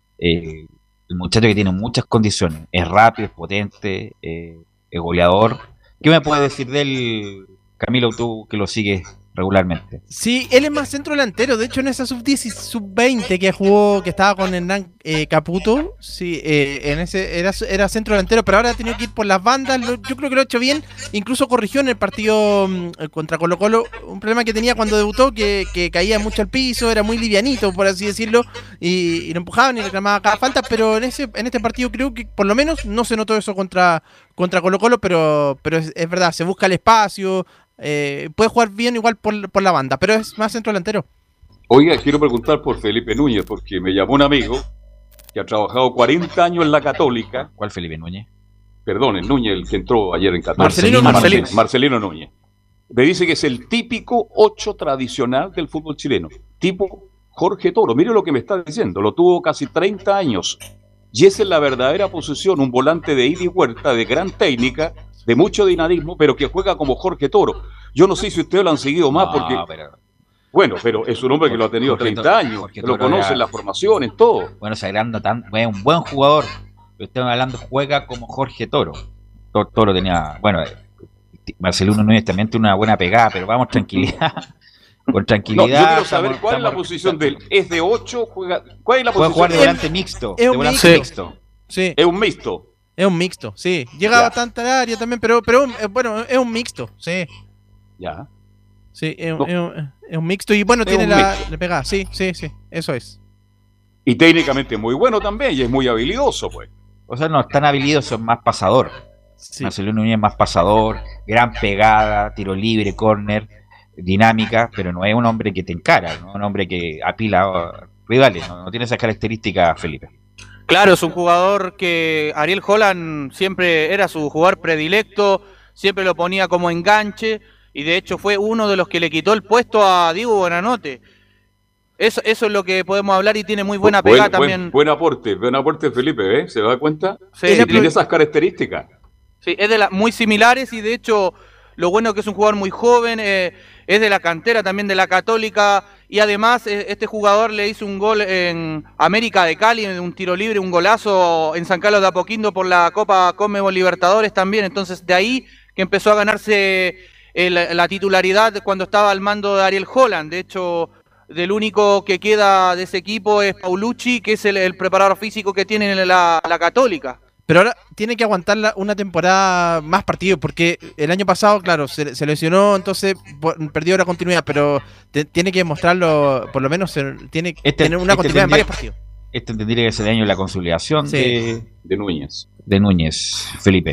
G: el muchacho que tiene muchas condiciones, es rápido, es potente, es goleador. ¿Qué me puedes decir de él, Camilo, tú que lo sigues regularmente?
I: Sí, él es más centro delantero. De hecho, en esa sub-10 y sub-20 que jugó, que estaba con Hernán Caputo, sí, en ese era centro delantero, pero ahora ha tenido que ir por las bandas. Yo creo que lo ha hecho bien. Incluso corrigió en el partido contra Colo-Colo un problema que tenía cuando debutó, que caía mucho al piso, era muy livianito, por así decirlo, y lo empujaban y reclamaban cada falta. Pero en este partido creo que por lo menos no se notó eso contra Colo-Colo, pero es verdad, se busca el espacio. Puede jugar bien igual por la banda, pero es más centro delantero.
B: Oiga, quiero preguntar por Felipe Núñez, porque me llamó un amigo que ha trabajado 40 años en la Católica.
G: ¿Cuál Felipe Núñez?
B: Perdón, el Núñez, el que entró ayer en Católica. Marcelino Núñez. Me dice que es el típico 8 tradicional del fútbol chileno, tipo Jorge Toro. Mire lo que me está diciendo, lo tuvo casi 30 años. Y esa es la verdadera posición, un volante de ida y vuelta, de gran técnica, de mucho dinamismo, pero que juega como Jorge Toro. Yo no sé si ustedes lo han seguido más, porque... Bueno, pero es un hombre que lo ha tenido 30 años, que lo conoce en la formación, en todo.
G: Bueno, Sagrando es un buen jugador, pero estamos hablando, juega como Jorge Toro. Toro tenía... Bueno, Marcelino Núñez también tiene una buena pegada, pero vamos, tranquilidad. Con tranquilidad.
B: No, yo quiero saber cuál es la posición de él. ¿Es de 8? ¿Cuál es la posición?
G: Puede jugar de volante mixto.
I: Es un
G: mixto.
I: Sí.
B: Es un mixto.
I: Es un mixto, sí. Llega bastante al área también, pero bueno, es un mixto, sí.
B: Ya.
I: Sí, es un mixto y bueno, tiene la pegada, sí, eso es.
B: Y técnicamente muy bueno también, y es muy habilidoso, pues.
G: O sea, no es tan habilidoso, es más pasador. Sí. Marcelino Núñez es más pasador, gran pegada, tiro libre, córner, dinámica, pero no es un hombre que te encara, ¿no? Un hombre que apila rivales, no tiene esas características, Felipe.
D: Claro, es un jugador que Ariel Holland siempre era su jugador predilecto, siempre lo ponía como enganche, y de hecho fue uno de los que le quitó el puesto a Diego Buenanote. Eso es lo que podemos hablar, y tiene muy buena pegada también.
B: Buen aporte Felipe, ¿eh? ¿Se da cuenta?
D: Sí,
B: tiene esas características.
D: Sí, es de muy similares, y de hecho lo bueno es que es un jugador muy joven, es de la cantera también de la Católica, y además este jugador le hizo un gol en América de Cali, un tiro libre, un golazo en San Carlos de Apoquindo por la Copa Conmebol Libertadores también. Entonces de ahí que empezó a ganarse la titularidad cuando estaba al mando de Ariel Holland. De hecho, del único que queda de ese equipo es Paulucci, que es el preparador físico que tiene la Católica.
I: Pero ahora tiene que aguantar una temporada más partidos, porque el año pasado, claro, se lesionó, entonces perdió la continuidad, pero tiene que mostrarlo, por lo menos tiene que tener una continuidad en varios partidos.
G: Tendría que ser el año de la consolidación de
B: Núñez.
G: De Núñez, Felipe.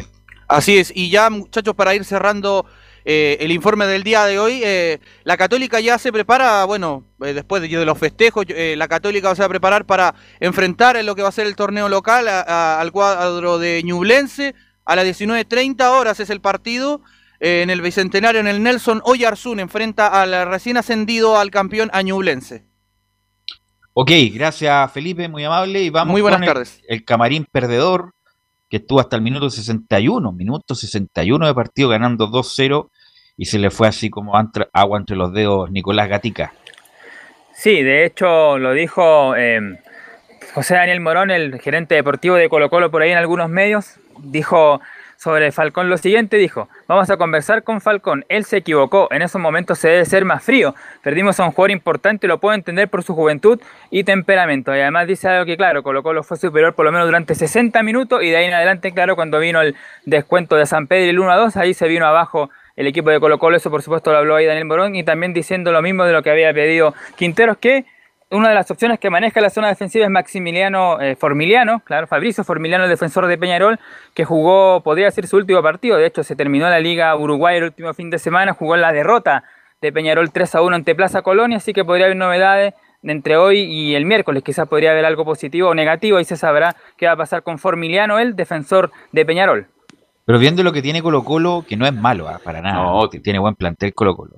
D: Así es, y ya muchachos, para ir cerrando el informe del día de hoy, la Católica ya se prepara, bueno, después de los festejos, la Católica se va a preparar para enfrentar en lo que va a ser el torneo local al cuadro de Ñublense. A las 19:30 horas es el partido en el Bicentenario, en el Nelson Oyarzún, enfrenta al recién ascendido al campeón a Ñublense.
G: Ok, gracias Felipe, muy amable, y vamos
D: muy buenas
G: con
D: tardes.
G: El camarín perdedor, que estuvo hasta el minuto 61 de partido ganando 2-0, y se le fue así como agua entre los dedos Nicolás Gatica.
C: Sí, de hecho lo dijo José Daniel Morón, el gerente deportivo de Colo-Colo, por ahí en algunos medios, dijo sobre Falcón lo siguiente, dijo: vamos a conversar con Falcón, él se equivocó, en esos momentos se debe ser más frío, perdimos a un jugador importante, lo puedo entender por su juventud y temperamento, y además dice algo que claro, Colo-Colo fue superior por lo menos durante 60 minutos, y de ahí en adelante, claro, cuando vino el descuento de San Pedro y el 1-2, ahí se vino abajo el equipo de Colo-Colo. Eso por supuesto lo habló ahí Daniel Morón, y también diciendo lo mismo de lo que había pedido Quinteros, que una de las opciones que maneja la zona defensiva es Maximiliano Formiliano, claro, Fabricio Formiliano, el defensor de Peñarol, que jugó, podría ser su último partido, de hecho se terminó la Liga Uruguay el último fin de semana, jugó en la derrota de Peñarol 3-1 ante Plaza Colonia, así que podría haber novedades entre hoy y el miércoles, quizás podría haber algo positivo o negativo, y se sabrá qué va a pasar con Formiliano, el defensor de Peñarol.
G: Pero viendo lo que tiene Colo-Colo, que no es malo, para nada, no, tiene buen plantel Colo-Colo.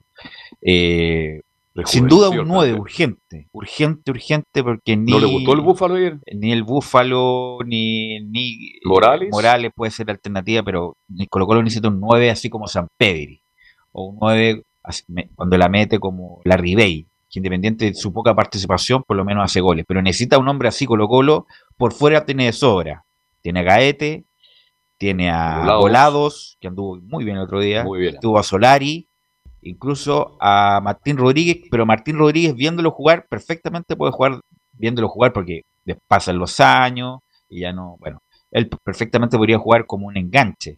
G: Sin duda un 9 urgente, porque
B: ¿No le gustó el Búfalo ayer?
G: Ni el Búfalo, ni Morales puede ser alternativa, pero Colo-Colo necesita un 9 así como San Pedri, o un 9 cuando la mete como la Ribey, que independiente de su poca participación, por lo menos hace goles, pero necesita un hombre así Colo-Colo, por fuera tiene de sobra, tiene a Gaete, tiene a Volados, que anduvo muy bien el otro día, tuvo a Solari, incluso a Martín Rodríguez, pero Martín Rodríguez viéndolo jugar, perfectamente puede jugar viéndolo jugar porque pasan los años y ya no, bueno, él perfectamente podría jugar como un enganche.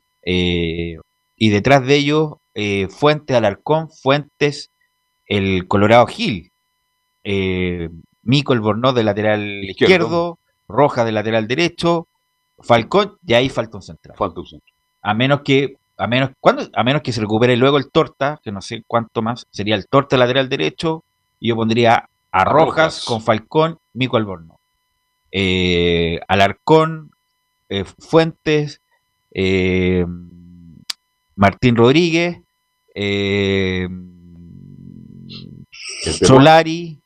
G: Y detrás de ellos, Fuentes, Alarcón, Fuentes, el Colorado Gil, Mico Albornoz de lateral izquierdo, Rojas de lateral derecho, Falcón, y ahí falta un central. A menos que se recupere luego el Torta, que no sé cuánto más, sería el Torta lateral derecho, y yo pondría a Rojas con Falcón, Mico Albornoz. Alarcón, Fuentes, Martín Rodríguez, Solari,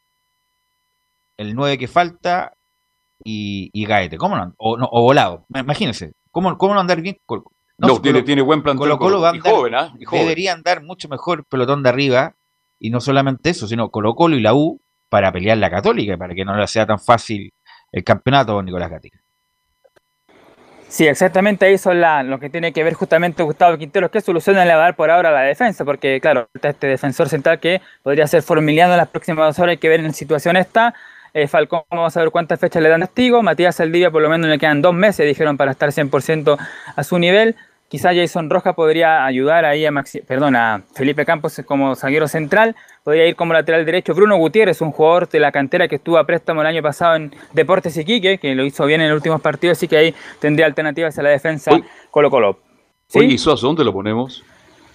G: el 9 que falta, y Gaete. ¿Cómo no? O Volado. Imagínense. ¿Cómo no andar bien?
B: Tiene buen plantel.
G: Colo-Colo va a andar, debería andar mucho mejor el pelotón de arriba, y no solamente eso, sino Colo-Colo y la U para pelear la Católica, para que no le sea tan fácil el campeonato, Nicolás Gatica.
C: Sí, exactamente, ahí son lo que tiene que ver justamente Gustavo Quinteros, qué solución le va a dar por ahora a la defensa, porque claro, este defensor central que podría ser Formiliano en las próximas horas, hay que ver en qué situación está. Falcón, vamos a ver cuántas fechas le dan castigo. Matías Saldivia por lo menos le quedan 2 meses, dijeron, para estar 100% a su nivel. Quizás Jason Rojas podría ayudar ahí a Felipe Campos como zaguero central. Podría ir como lateral derecho Bruno Gutiérrez, un jugador de la cantera que estuvo a préstamo el año pasado en Deportes Iquique, que lo hizo bien en los últimos partidos, así que ahí tendría alternativas a la defensa Colo-Colo.
B: ¿Sí? Oye, ¿y Suazo dónde lo ponemos?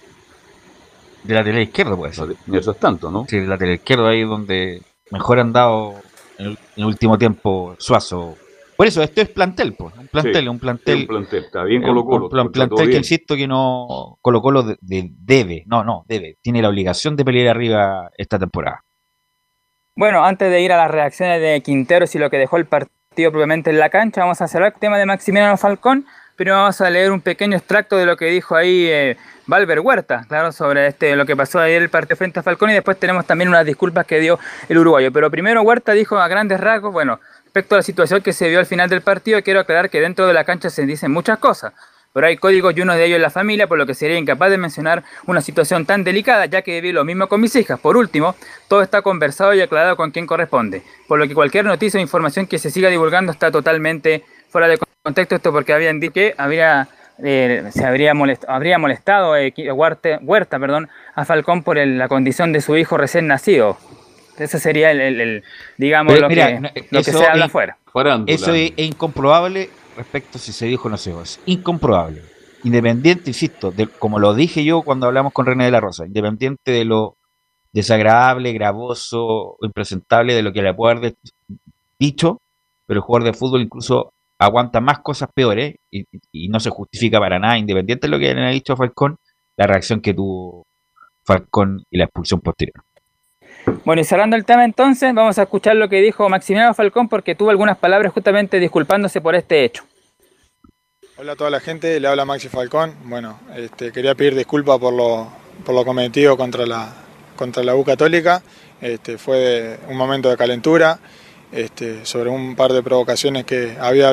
G: De lateral izquierdo puede ser.
B: Eso es tanto, ¿no?
G: Sí, de lateral izquierdo, ahí donde mejor han dado en el último tiempo Suazo. Por eso, esto es plantel, pues. Un plantel.
B: Está bien Colo-Colo.
G: Un plantel que insisto que no. Colo-Colo debe. Tiene la obligación de pelear arriba esta temporada.
C: Bueno, antes de ir a las reacciones de Quinteros y lo que dejó el partido propiamente en la cancha, vamos a cerrar el tema de Maximiliano Falcón. Pero vamos a leer un pequeño extracto de lo que dijo ahí Valver Huerta, claro, sobre lo que pasó ayer el partido frente a Falcón, y después tenemos también unas disculpas que dio el uruguayo. Pero primero Huerta dijo a grandes rasgos, bueno, respecto a la situación que se vio al final del partido, quiero aclarar que dentro de la cancha se dicen muchas cosas, pero hay códigos y uno de ellos es la familia, por lo que sería incapaz de mencionar una situación tan delicada, ya que viví lo mismo con mis hijas. Por último, todo está conversado y aclarado con quien corresponde, por lo que cualquier noticia o información que se siga divulgando está totalmente fuera de contexto. Esto porque habían dicho que habría molestado Huerta, a Falcón por la condición de su hijo recién nacido. Ese sería digamos, pero, lo que se habla afuera.
G: Eso es incomprobable respecto a si se dijo o no se dijo. Es incomprobable. independiente, insisto, como lo dije yo cuando hablamos con René de la Rosa, independiente de lo desagradable, gravoso, impresentable de lo que le puede haber dicho, pero el jugador de fútbol incluso aguanta más cosas peores y no se justifica para nada, independiente de lo que le ha dicho a Falcón, la reacción que tuvo Falcón y la expulsión posterior.
C: Bueno, y cerrando el tema entonces, vamos a escuchar lo que dijo Maximiliano Falcón porque tuvo algunas palabras justamente disculpándose por este hecho.
O: Hola a toda la gente, le habla Maxi Falcón. Bueno, quería pedir disculpas por lo cometido contra la U Católica. Fue un momento de calentura sobre un par de provocaciones que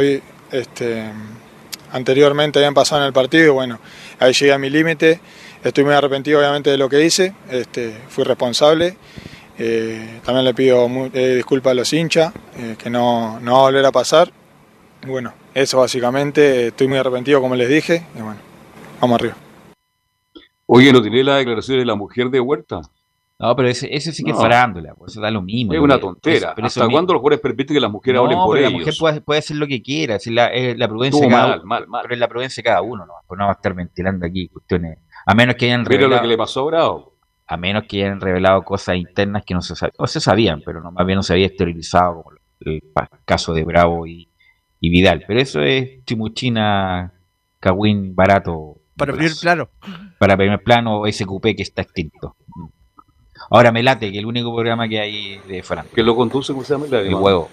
O: anteriormente habían pasado en el partido. Bueno, ahí llegué a mi límite. Estoy muy arrepentido obviamente de lo que hice. Fui responsable. También le pido disculpas a los hinchas, que no va a volver a pasar. Bueno, eso básicamente, estoy muy arrepentido como les dije, y bueno, vamos arriba.
B: Oye, ¿no tiene la declaración de la mujer de Huerta?
G: No, pero ese sí que es farándula, pues eso da lo mismo.
B: Es una tontera. ¿Hasta cuándo los jugadores permiten que las mujeres hablen por ellos?
G: La mujer puede hacer lo que quiera, si la prudencia cada uno, pero es la prudencia de cada uno, pues no va a estar ventilando aquí cuestiones, a menos que hayan revelado.
B: Mira lo que le pasó a Bravo.
G: A menos que hayan revelado cosas internas que no se sabían, o se sabían, pero no, más bien no se había esterilizado, como el caso de Bravo y Vidal, pero eso es chimuchina, cagüín barato.
I: Para primer plano.
G: Para primer plano, SQP que está extinto. Ahora me late que el único programa que hay de Fran.
B: Que lo conduce, ¿cómo se llama? El huevo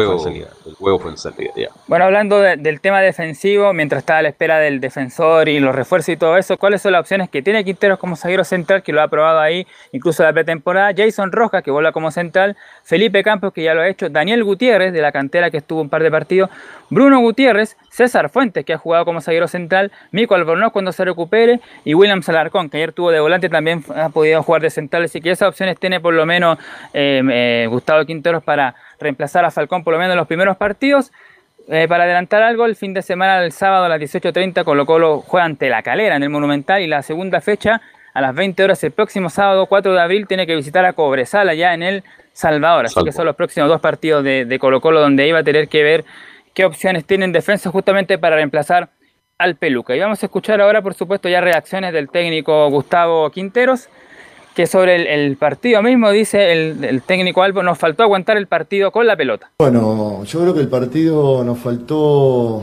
B: fue en salida, ya.
C: Bueno, hablando del tema defensivo, mientras está a la espera del defensor y los refuerzos y todo eso, ¿cuáles son las opciones que tiene Quinteros como zaguero central, que lo ha probado ahí, incluso en la pretemporada? Jason Rojas, que vuelve como central, Felipe Campos, que ya lo ha hecho, Daniel Gutiérrez, de la cantera, que estuvo un par de partidos, Bruno Gutiérrez, César Fuentes, que ha jugado como zaguero central, Mico Albornoz cuando se recupere, y William Salarcón, que ayer tuvo de volante, también ha podido jugar de central, así que esas opciones tiene por lo menos Gustavo Quinteros para reemplazar a Falcón por lo menos en los primeros partidos. Para adelantar algo, el fin de semana, el sábado a las 18:30, Colo-Colo juega ante La Calera en el Monumental, y la segunda fecha a las 20 horas el próximo sábado 4 de abril tiene que visitar a Cobresal allá en El Salvador, así que son los próximos dos partidos de Colo-Colo donde iba a tener que ver qué opciones tienen defensa justamente para reemplazar al Peluca. Y vamos a escuchar ahora, por supuesto, ya reacciones del técnico Gustavo Quinteros, que sobre el partido mismo dice el técnico Albo: nos faltó aguantar el partido con la pelota.
P: Bueno, yo creo que el partido nos faltó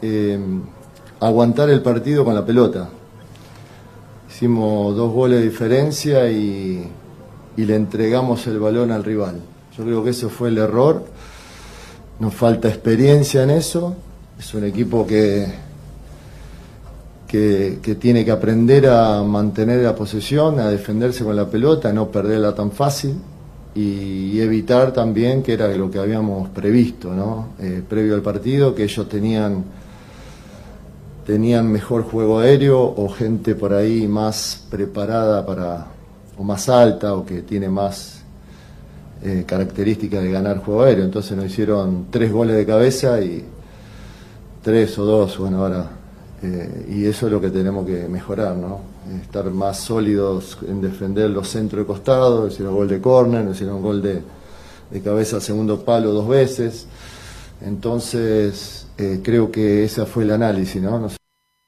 P: aguantar el partido con la pelota. Hicimos 2 goles de diferencia y le entregamos el balón al rival. Yo creo que ese fue el error. Nos falta experiencia en eso. Es un equipo que tiene que aprender a mantener la posesión, a defenderse con la pelota, a no perderla tan fácil y evitar también, que era lo que habíamos previsto, ¿no? Previo al partido, que ellos tenían mejor juego aéreo o gente por ahí más preparada o más alta o que tiene más características de ganar juego aéreo. Entonces nos hicieron 3 goles de cabeza y 3 o 2, bueno, ahora. Y eso es lo que tenemos que mejorar, ¿no? Estar más sólidos en defender los centros de costado. Hicieron gol de córner, hicieron gol de cabeza al segundo palo 2 veces. Entonces, creo que ese fue el análisis, ¿no? No sé.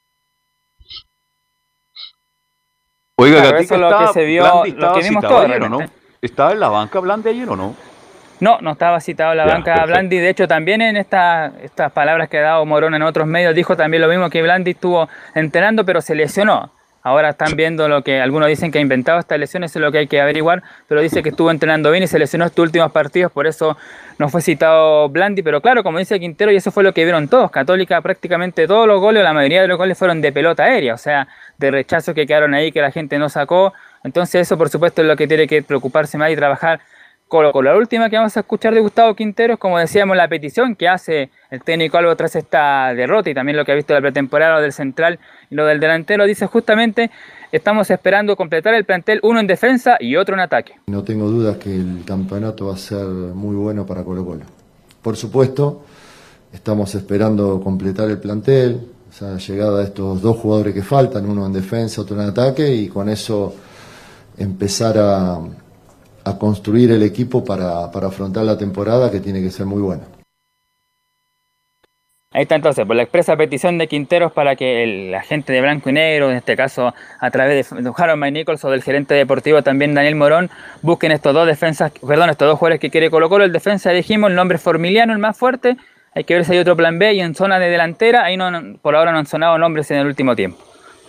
B: Oiga,
C: claro, eso es lo que se vio, lo que vimos todos,
B: ayer, ¿no? ¿Estaba en la banca Blandi ayer o no?
C: No estaba citado en la banca perfecto. Blandi. De hecho, también en estas palabras que ha dado Morón en otros medios, dijo también lo mismo, que Blandi estuvo entrenando, pero se lesionó. Ahora están viendo lo que algunos dicen que ha inventado estas lesiones, es lo que hay que averiguar, pero dice que estuvo entrenando bien y se lesionó estos últimos partidos, por eso no fue citado Blandi. Pero claro, como dice Quintero, y eso fue lo que vieron todos, Católica prácticamente todos los goles, la mayoría de los goles fueron de pelota aérea, o sea, de rechazos que quedaron ahí, que la gente no sacó. Entonces eso, por supuesto, es lo que tiene que preocuparse más y trabajar Colo-Colo. La última que vamos a escuchar de Gustavo Quintero es, como decíamos, la petición que hace el técnico Albo tras esta derrota y también lo que ha visto de la pretemporada, lo del central y lo del delantero. Dice justamente: estamos esperando completar el plantel, uno en defensa y otro en ataque.
P: No tengo dudas que el campeonato va a ser muy bueno para Colo-Colo. Por supuesto, estamos esperando completar el plantel, o sea, la llegada de estos 2 jugadores que faltan, uno en defensa, otro en ataque, y con eso empezar a construir el equipo para afrontar la temporada, que tiene que ser muy buena.
C: Ahí está entonces, por la expresa petición de Quinteros para que la gente de blanco y negro, en este caso a través de Harold Mike Nichols o del gerente deportivo también Daniel Morón, busquen estos dos jugadores que quiere Colo-Colo. El defensa dijimos, el nombre es Formiliano, el más fuerte, hay que ver si hay otro plan B, y en zona de delantera, ahí por ahora no han sonado nombres en el último tiempo.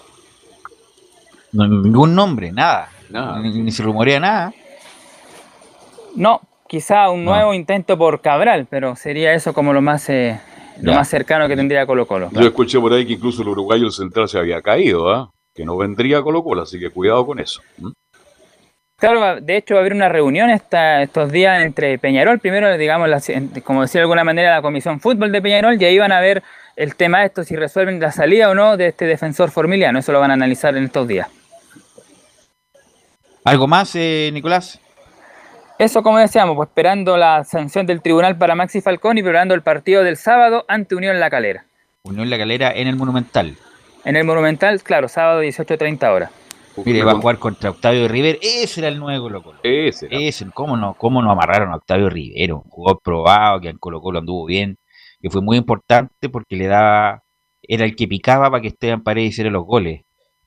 G: No, ningún nombre, nada. Ni se rumorea nada.
C: No, quizá un nuevo intento por Cabral, pero sería eso como lo más cercano que tendría Colo-Colo.
B: Yo escuché por ahí que incluso el uruguayo el central se había caído, que no vendría a Colo-Colo, así que cuidado con eso.
C: Claro, de hecho va a haber una reunión estos días entre Peñarol, primero, digamos, como decía de alguna manera, la Comisión Fútbol de Peñarol, y ahí van a ver el tema de esto, si resuelven la salida o no de este defensor Formiliano. Eso lo van a analizar en estos días.
G: ¿Algo más, Nicolás?
C: Eso, como decíamos, pues esperando la sanción del tribunal para Maxi Falcón y preparando el partido del sábado ante Unión La Calera.
G: Unión La Calera en el Monumental.
C: En el Monumental, claro, sábado 18:30 horas.
G: Mire, va a jugar contra Octavio River. Ese era el nuevo Colo-Colo. Ese, ¿cómo no amarraron a Octavio Rivero? Un jugador probado que en Colo-Colo anduvo bien, que fue muy importante porque era el que picaba para que Esteban Paredes hiciera los goles.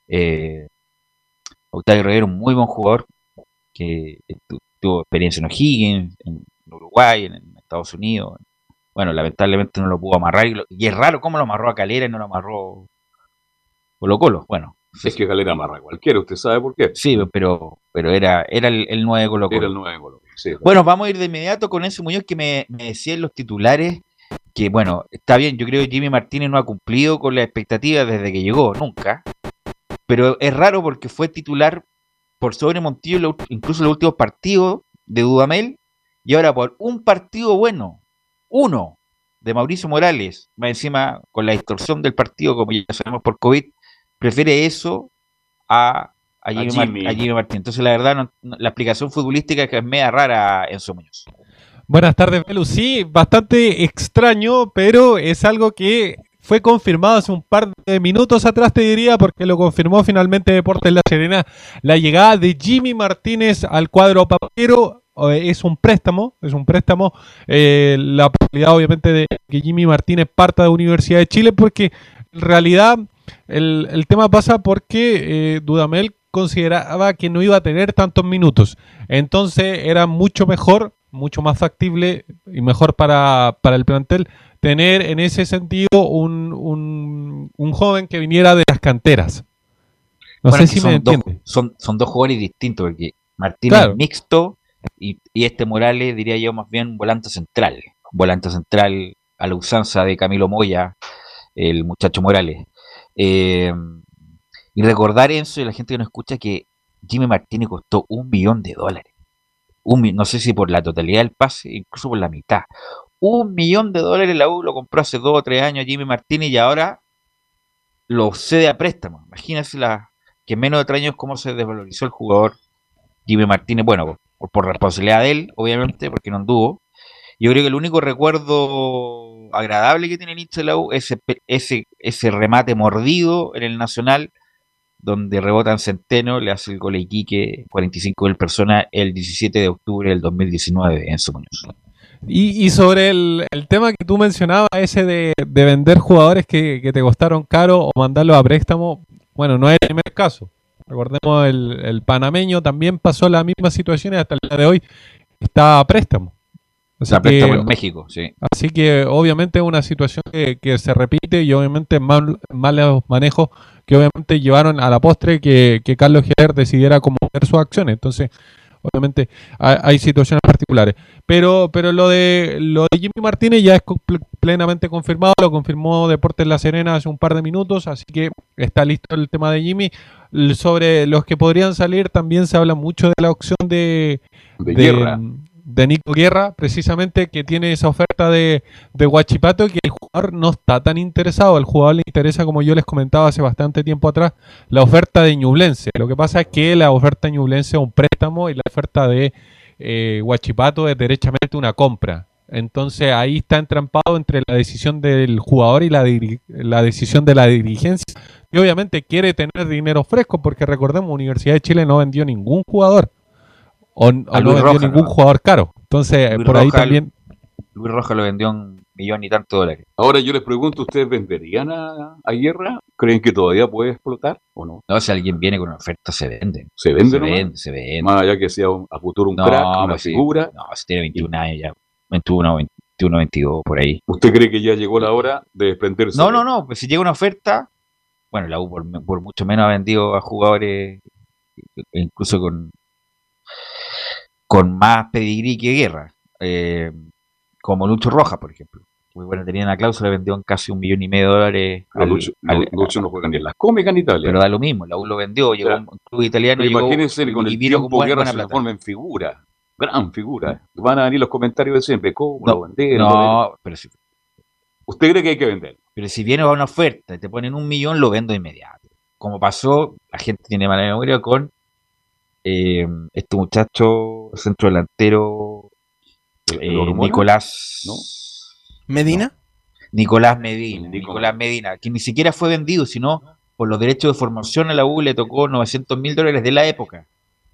G: Octavio Rivero, un muy buen jugador que tuvo experiencia en O'Higgins, en Uruguay, en Estados Unidos. Bueno, lamentablemente no lo pudo amarrar. Y es raro cómo lo amarró a Calera y no lo amarró Colo-Colo. Bueno.
B: Es que Calera amarra a cualquiera, ¿usted sabe por qué?
G: Sí, pero era el 9 de Colo-Colo.
B: Era el 9 de Colo-Colo, sí.
G: Bueno, vamos a ir de inmediato con Enzo Muñoz, que me decía en los titulares que, bueno, está bien, yo creo que Jimmy Martínez no ha cumplido con las expectativas desde que llegó, nunca. Pero es raro porque fue titular por sobre Montillo, incluso en los últimos partidos de Dudamel, y ahora por un partido bueno, uno, de Mauricio Morales, más encima con la distorsión del partido, como ya sabemos por COVID, prefiere eso a Jimmy Martínez. Entonces, la verdad, la explicación futbolística es que es media rara, Enzo Muñoz.
E: Buenas tardes, Belu. Sí, bastante extraño, pero es algo que fue confirmado hace un par de minutos atrás, te diría, porque lo confirmó finalmente Deportes La Serena, la llegada de Jimmy Martínez al cuadro papero. Es un préstamo, la posibilidad obviamente de que Jimmy Martínez parta de Universidad de Chile, porque en realidad el tema pasa porque Dudamel consideraba que no iba a tener tantos minutos, entonces era mucho mejor, mucho más factible y mejor para el plantel tener en ese sentido un joven que viniera de las canteras. No sé si me entiende.
G: Son dos jugadores distintos, porque Martínez es mixto y este Morales, diría yo, más bien volante central a la usanza de Camilo Moya, el muchacho Morales. Y recordar, Enzo, y la gente que nos escucha, que Jimmy Martínez costó $1 millón. No sé si por la totalidad del pase, incluso por la mitad. $1 millón la U lo compró hace 2 o 3 años Jimmy Martínez y ahora lo cede a préstamo. Imagínense que en menos de 3 años cómo se desvalorizó el jugador Jimmy Martínez. Bueno, por responsabilidad de él, obviamente, porque no anduvo. Yo creo que el único recuerdo agradable que tiene el hincha de la U es ese remate mordido en el Nacional, donde rebota en Centeno, le hace el gol a Iquique, 45.000 personas, el 17 de octubre del 2019, Enzo Muñoz.
E: Y sobre el tema que tú mencionabas, ese de vender jugadores que te costaron caro o mandarlos a préstamo, bueno, no es el primer caso. Recordemos, el panameño también pasó la misma situación y hasta el día de hoy está a préstamo.
G: Está a préstamo en México, sí.
E: Así que obviamente es una situación que se repite y obviamente malos manejos que obviamente llevaron a la postre que Carlos Heller decidiera cómo hacer sus acciones. Entonces, obviamente hay situaciones particulares. Pero lo de Jimmy Martínez ya es plenamente confirmado, lo confirmó Deportes La Serena hace un par de minutos, así que está listo el tema de Jimmy. Sobre los que podrían salir también se habla mucho de la opción de Nico Guerra, precisamente, que tiene esa oferta de Huachipato, que el jugador no está tan interesado. Al jugador le interesa, como yo les comentaba hace bastante tiempo atrás, la oferta de Ñublense. Lo que pasa es que la oferta de Ñublense es un préstamo y la oferta de Huachipato es derechamente una compra. Entonces ahí está entrampado entre la decisión del jugador y la decisión de la dirigencia. Y obviamente quiere tener dinero fresco, porque recordemos, Universidad de Chile no vendió ningún jugador. O no vendió ningún jugador caro. Entonces, por ahí también.
G: Luis Rojas lo vendió en $1 y tantos dólares.
B: Ahora yo les pregunto, ¿ustedes venderían a Guerra? ¿Creen que todavía puede explotar o no?
G: No, si alguien viene con una oferta, se vende.
B: ¿Se vende?
G: Se vende.
B: Más allá que sea a futuro un crack, una figura.
G: No, si tiene 21 años ya. 21, 22, por ahí.
B: ¿Usted cree que ya llegó la hora de desprenderse?
G: No, pues si llega una oferta, bueno, la U por mucho menos ha vendido a jugadores incluso con más pedigrí que Guerra, como Lucho Rojas, por ejemplo. Muy buena, tenía una cláusula, vendió en casi $1,500,000.
B: Lucho no juega ni en las cómicas en Italia.
G: Pero da lo mismo, la U lo vendió, llegó a un club italiano.
B: Pero imagínense con el tiempo Guerra se transforma en figura. Gran figura. Van a venir los comentarios de siempre. ¿Cómo lo vendieron?
G: No, pero si...
B: ¿Usted cree que hay que vender?
G: Pero si viene a una oferta y te ponen $1,000,000, lo vendo inmediato. Como pasó, la gente tiene mala memoria con este muchacho, centro delantero, Nicolás...
B: ¿No?
I: ¿Medina?
G: Nicolás Medina, que ni siquiera fue vendido, sino por los derechos de formación a la U le tocó $900,000 de la época.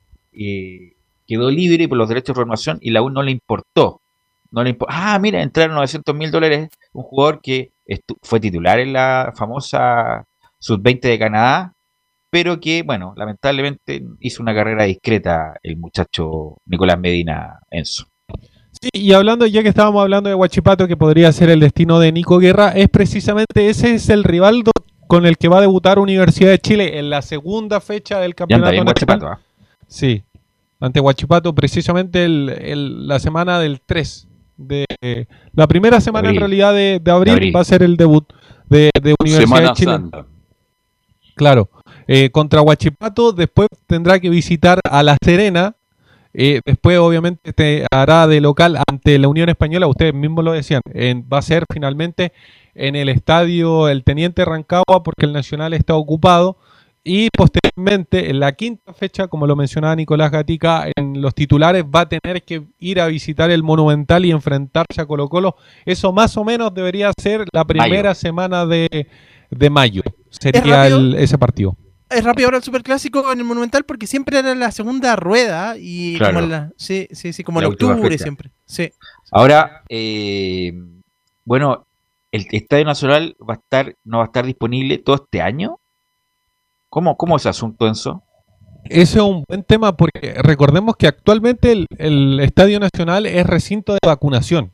G: Quedó libre por los derechos de formación y la U no le importó. Mira, entraron $900,000 un jugador que fue titular en la famosa Sub-20 de Canadá, pero que, bueno, lamentablemente hizo una carrera discreta el muchacho Nicolás Medina, Enzo.
E: Sí, y hablando, ya que estábamos hablando de Huachipato, que podría ser el destino de Nico Guerra, es precisamente ese es el rival con el que va a debutar Universidad de Chile en la segunda fecha del campeonato nacional.
G: Huachipato,
E: Sí, ante Huachipato, precisamente la semana del 3. La primera semana en realidad de abril va a ser el debut de Universidad
B: Semana
E: de Chile.
B: Santa.
E: Claro, contra Huachipato, después tendrá que visitar a La Serena, después obviamente te hará de local ante la Unión Española, ustedes mismos lo decían, va a ser finalmente en el estadio El Teniente Rancagua porque el Nacional está ocupado. Y posteriormente, en la quinta fecha, como lo mencionaba Nicolás Gatica, en los titulares va a tener que ir a visitar el Monumental y enfrentarse a Colo-Colo. Eso más o menos debería ser la primera semana de mayo. Sería ese partido.
I: Es rápido ahora el Superclásico en el Monumental porque siempre era la segunda rueda y
G: claro.
I: como en octubre siempre. Sí.
G: Ahora, bueno, el Estadio Nacional no va a estar disponible todo este año. ¿Cómo es ese asunto, Enzo?
E: Ese es un buen tema porque recordemos que actualmente el Estadio Nacional es recinto de vacunación.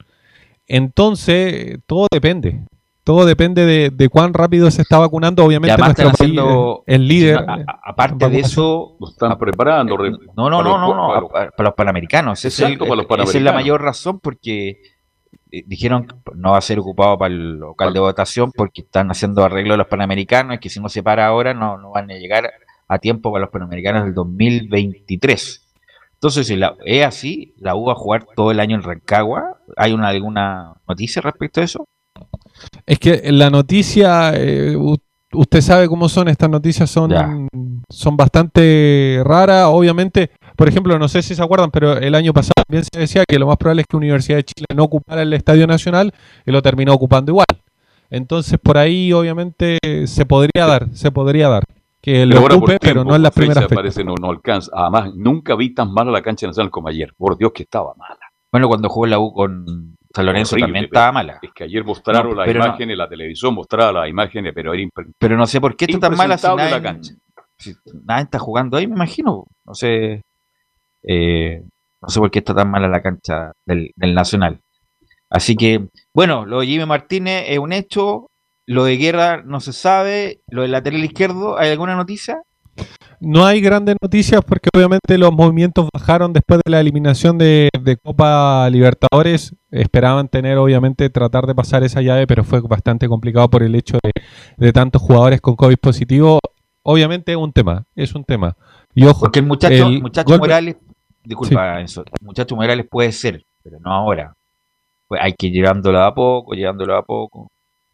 E: Entonces, todo depende. Todo depende de cuán rápido se está vacunando. Obviamente, nuestro país es líder.
G: Aparte de eso,
B: lo están preparando.
G: No, para los Panamericanos. Esa es la mayor razón porque dijeron que no va a ser ocupado para el local de votación porque están haciendo arreglo a los Panamericanos y que si no se para ahora no van a llegar a tiempo para los Panamericanos del 2023. Entonces, si es así, la U va a jugar todo el año en Rancagua. ¿Hay alguna noticia respecto a eso?
E: Es que la noticia, usted sabe cómo son estas noticias, son bastante raras. Obviamente, por ejemplo, no sé si se acuerdan, pero el año pasado también se decía que lo más probable es que Universidad de Chile no ocupara el Estadio Nacional y lo terminó ocupando igual. Entonces, por ahí obviamente se podría dar que lo ocupe, pero no en las primeras fechas.
B: Parece no alcanza. Además, nunca vi tan mala la cancha nacional como ayer. Por Dios que estaba mala.
G: Bueno, cuando jugó la U con San Lorenzo también estaba mala.
B: Es que ayer mostraron las imágenes, la televisión mostraba las imágenes, pero era
G: Pero no sé por qué está tan mala si
B: la cancha.
G: Nadie está jugando ahí, me imagino. No sé por qué está tan mala la cancha del Nacional. Así que, bueno, lo de Jimmy Martínez es un hecho. Lo de Guerra no se sabe. Lo del lateral izquierdo, ¿hay alguna noticia?
E: No hay grandes noticias porque obviamente los movimientos bajaron después de la eliminación de Copa Libertadores. Esperaban tratar de pasar esa llave, pero fue bastante complicado por el hecho de tantos jugadores con COVID positivo. Obviamente es un tema. Y ojo,
G: porque el muchacho Morales, disculpa, sí. Eso, el muchacho Morales puede ser, pero no ahora. Pues hay que ir llevándolo a poco.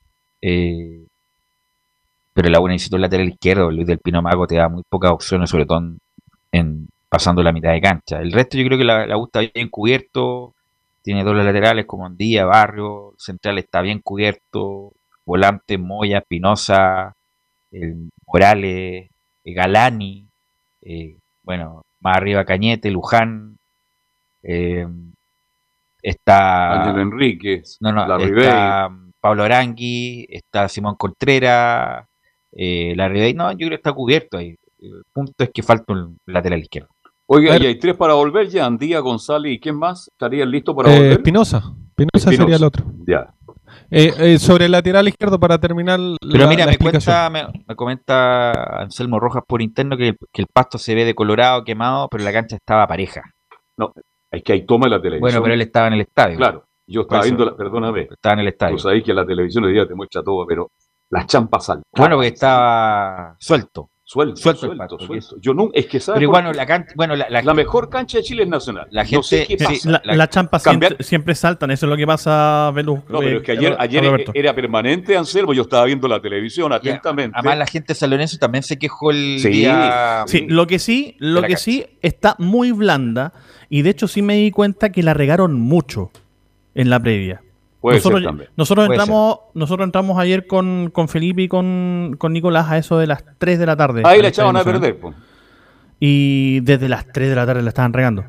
G: Pero la buena necesita el lateral izquierdo. Luis del Pino Mago te da muy pocas opciones, sobre todo en pasando la mitad de cancha. El resto yo creo que la U está bien cubierto. Tiene dobles laterales como Andía, Barrio. Central está bien cubierto. Volante, Moya, Espinosa, Morales, Galani. Bueno, más arriba Cañete, Luján. está
B: Ángel Enríquez,
G: está Pablo Arangui, está Simón Contreras, Larribey. No, yo creo que está cubierto ahí. El punto es que falta un lateral izquierdo.
B: Oiga, y hay 3 para volver ya, Andía, González y ¿quién más estarían listos para volver?
E: Espinosa sería el otro.
B: Ya.
E: Sobre el lateral izquierdo para terminar.
G: Pero mira, me comenta Anselmo Rojas por interno que el pasto se ve decolorado, quemado, pero la cancha estaba pareja.
B: No, es que ahí toma la televisión.
G: Bueno, pero él estaba en el estadio.
B: Claro, yo estaba viendo, perdóname.
G: Estaba en el estadio.
B: Tú sabés que la televisión hoy día te muestra todo, pero las champas saltan.
G: Bueno, porque estaba suelto.
B: Suelto. Yo no, es que
G: pero bueno,
B: la mejor cancha de Chile es Nacional.
G: La gente,
Q: no sé qué pasa. Las champas siempre saltan, eso es lo que pasa, Velus.
B: No, pero es que ayer era permanente, Anselmo, yo estaba viendo la televisión atentamente.
G: Además la gente salonense también se quejó el día.
Q: Sí, lo que sí está muy blanda, y de hecho sí me di cuenta que la regaron mucho en la previa. Nosotros entramos ayer con Felipe y con Nicolás a eso de las 3 de la tarde.
B: Ahí la echaban a perder.
Q: Y desde las 3 de la tarde la estaban regando.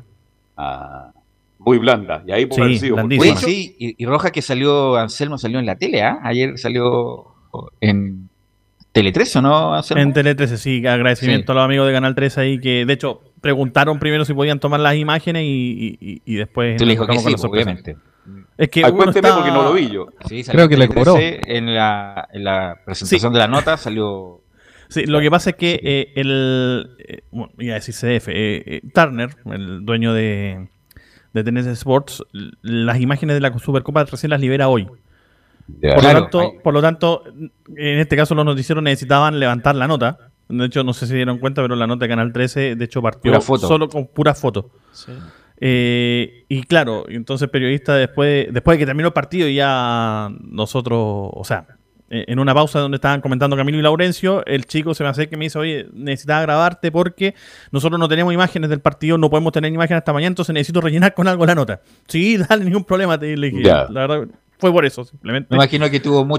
B: Muy blanda. Y ahí por haber sido.
G: Y Roja que Anselmo salió en la tele, ¿ah? Ayer salió en Tele 13, ¿o no, Anselmo?
Q: En Tele 13, sí. Agradecimiento a los amigos de Canal 13 ahí que, de hecho, preguntaron primero si podían tomar las imágenes y después...
G: Tú le dijo que sí, obviamente.
Q: Es que
B: cuénteme porque no lo vi yo.
G: Sí,
E: creo que le cobró.
G: En la presentación de la nota salió...
Q: Sí, lo que pasa es que bueno, iba a decir CDF, Turner, el dueño de TNS Sports, las imágenes de la Supercopa recién las libera hoy. Por lo tanto, en este caso los noticieros necesitaban levantar la nota. De hecho, no sé si dieron cuenta, pero la nota de Canal 13, de hecho, partió solo con pura foto. Sí. Y claro, entonces periodista después de que terminó el partido, ya nosotros, o sea, en una pausa donde estaban comentando Camilo y Laurencio, el chico se me acerca y me dice: oye, necesitaba grabarte porque nosotros no tenemos imágenes del partido, no podemos tener imágenes hasta mañana, entonces necesito rellenar con algo la nota. Sí, dale, ningún problema, te dije. La verdad, fue por eso, simplemente.
G: Me imagino que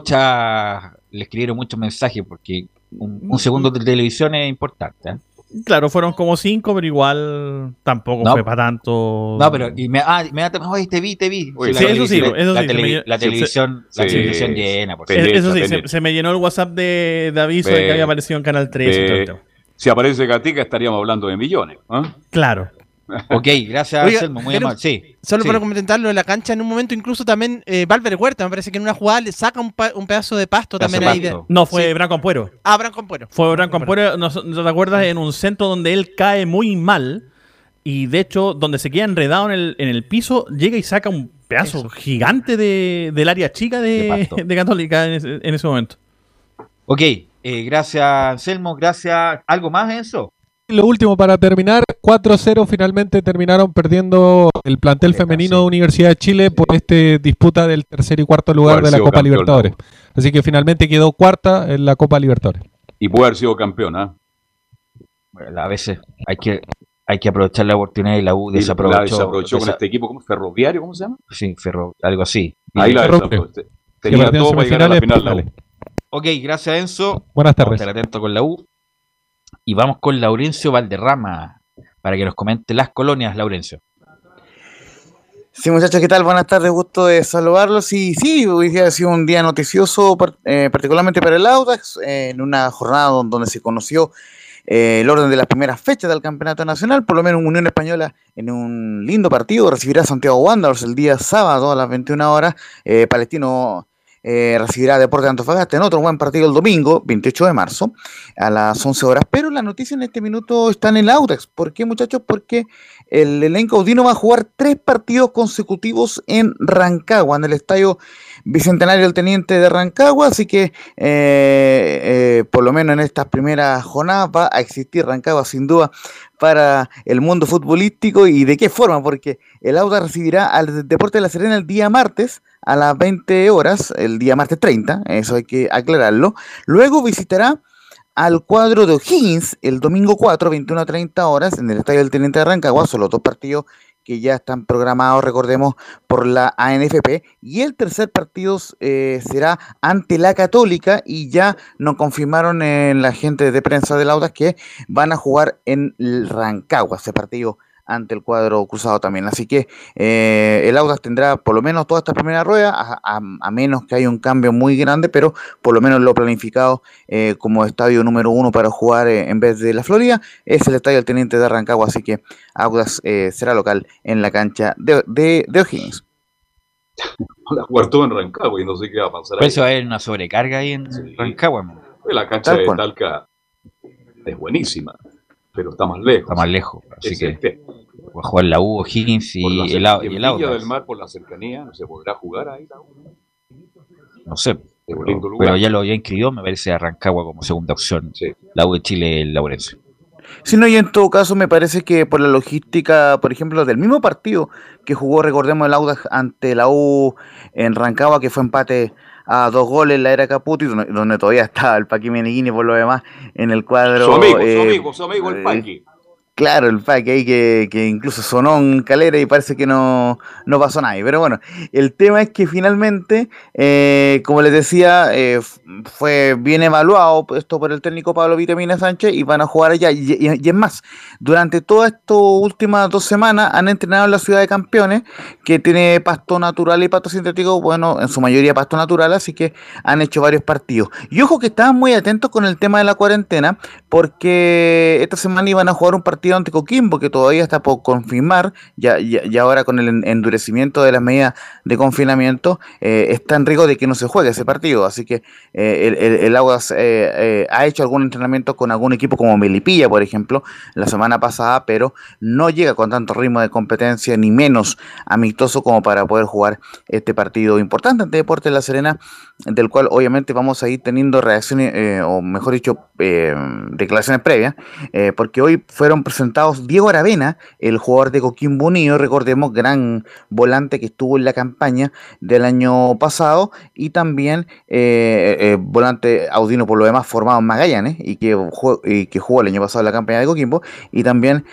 G: le escribieron muchos mensajes porque un segundo de televisión es importante, ¿eh?
Q: Claro, fueron como 5, pero igual tampoco fue para tanto.
G: No, pero inmediatamente, oye, te vi.
Q: Oye, sí, eso sí.
G: La televisión llena.
Q: Eso sí, se me llenó el WhatsApp de aviso de que había aparecido en Canal 3.
B: Si aparece Gatica estaríamos hablando de millones.
Q: Claro.
G: Ok, gracias, Anselmo, muy amable. Sí.
I: Solo para comentarlo de la cancha, en un momento incluso también Valver Huerta, me parece que en una jugada le saca un pedazo de pasto también ahí.
Q: No, fue Branco Ampuero.
I: Branco Ampuero.
Q: Fue Branco Ampuero, ¿no te acuerdas? En un centro donde él cae muy mal y de hecho donde se queda enredado en el piso, llega y saca un pedazo gigante del área chica de Católica en ese momento.
G: Ok, gracias, Anselmo, gracias. ¿Algo más, Enzo?
E: Lo último para terminar, 4-0 finalmente terminaron perdiendo el plantel femenino de Universidad de Chile por disputa del tercer y cuarto lugar de la Copa Libertadores. Así que finalmente quedó cuarta en la Copa Libertadores.
B: Y puede haber sido campeona.
G: Bueno, a veces hay que aprovechar la oportunidad y la U desaprovechó
B: con este equipo, ¿cómo? ¿Ferroviario? ¿Cómo se llama?
G: Sí, algo así.
B: Ahí la desaprovechó. Tenía todo para llegar a la final la U.
G: Ok, gracias, Enzo.
E: Buenas tardes.
G: Vamos a estar atentos con la U. Y vamos con Laurencio Valderrama para que nos comente las colonias, Laurencio.
F: Sí, muchachos, ¿qué tal? Buenas tardes, gusto de saludarlos. Y sí, hoy día ha sido un día noticioso, particularmente para el Audax, en una jornada donde se conoció el orden de las primeras fechas del Campeonato Nacional. Por lo menos Unión Española, en un lindo partido, recibirá a Santiago Wanderers el día sábado a las 21 horas. Palestino recibirá a Deportes de Antofagasta en otro buen partido el domingo, 28 de marzo, a las 11 horas. Pero la noticia en este minuto está en el Audax. ¿Por qué, muchachos? Porque el elenco audino va a jugar 3 partidos consecutivos en Rancagua, en el estadio Bicentenario del Teniente de Rancagua. Así que, por lo menos en estas primeras jornadas, va a existir Rancagua sin duda para el mundo futbolístico. ¿Y de qué forma? Porque el Audax recibirá al Deportes de La Serena el día martes a las 20 horas, el día martes 30, eso hay que aclararlo. Luego visitará al cuadro de O'Higgins el domingo 4, 21:30 horas, en el estadio del Teniente de Rancagua. Son los 2 partidos que ya están programados, recordemos, por la ANFP. Y el tercer partido será ante la Católica, y ya nos confirmaron la gente de prensa del Audax que van a jugar en Rancagua, ese partido ante el cuadro cruzado también. Así que el Audax tendrá por lo menos toda esta primera rueda, a menos que haya un cambio muy grande, pero por lo menos lo planificado como estadio número 1 para jugar en vez de la Florida es el estadio del Teniente de Rancagua. Así que Audax será local en la cancha de O'Higgins.
B: La jugar todo en Rancagua y no sé qué va a pasar.
G: Por eso hay una sobrecarga ahí en Rancagua.
B: La cancha de Talca es buenísima, pero está más lejos.
G: Está más lejos, así que va a jugar la U, O'Higgins y el Audax.
B: En Villa del Mar, por la cercanía, ¿no se podrá jugar ahí la U?
G: No sé, pero ya lo había inscrito, me parece, a Rancagua como segunda opción. Sí. La U de Chile, el Laurencio.
F: Si no, y en todo caso me parece que por la logística, por ejemplo, del mismo partido que jugó, recordemos, el Audax ante la U en Rancagua, que fue empate a 2 goles en la era Caputo, y donde todavía estaba el Paqui Meneghini por lo demás en el cuadro.
B: Su amigo el Paqui.
F: Claro, el Paqui ahí que incluso sonó en Calera y parece que no pasó nada. Pero bueno, el tema es que finalmente, como les decía, fue bien evaluado esto por el técnico Pablo Vitamina Sánchez y van a jugar allá. Y es más, durante todas estas últimas 2 semanas han entrenado en la Ciudad de Campeones, que tiene pasto natural y pasto sintético, bueno, en su mayoría pasto natural, así que han hecho varios partidos. Y ojo que estaban muy atentos con el tema de la cuarentena, porque esta semana iban a jugar un partido ante Coquimbo, que todavía está por confirmar, ya ahora con el endurecimiento de las medidas de confinamiento, está en riesgo de que no se juegue ese partido, así que el Audax ha hecho algún entrenamiento con algún equipo como Melipilla, por ejemplo, la semana pasada, pero no llega con tanto ritmo de competencia, ni menos amistoso como para poder jugar este partido importante ante Deportes La Serena, del cual obviamente vamos a ir teniendo reacciones, o mejor dicho, declaraciones previas, porque hoy fueron presentados Diego Aravena, el jugador de Coquimbo Unido, recordemos, gran volante que estuvo en la campaña del año pasado, y también volante audino por lo demás formado en Magallanes, y que jugó el año pasado en la campaña de Coquimbo, y también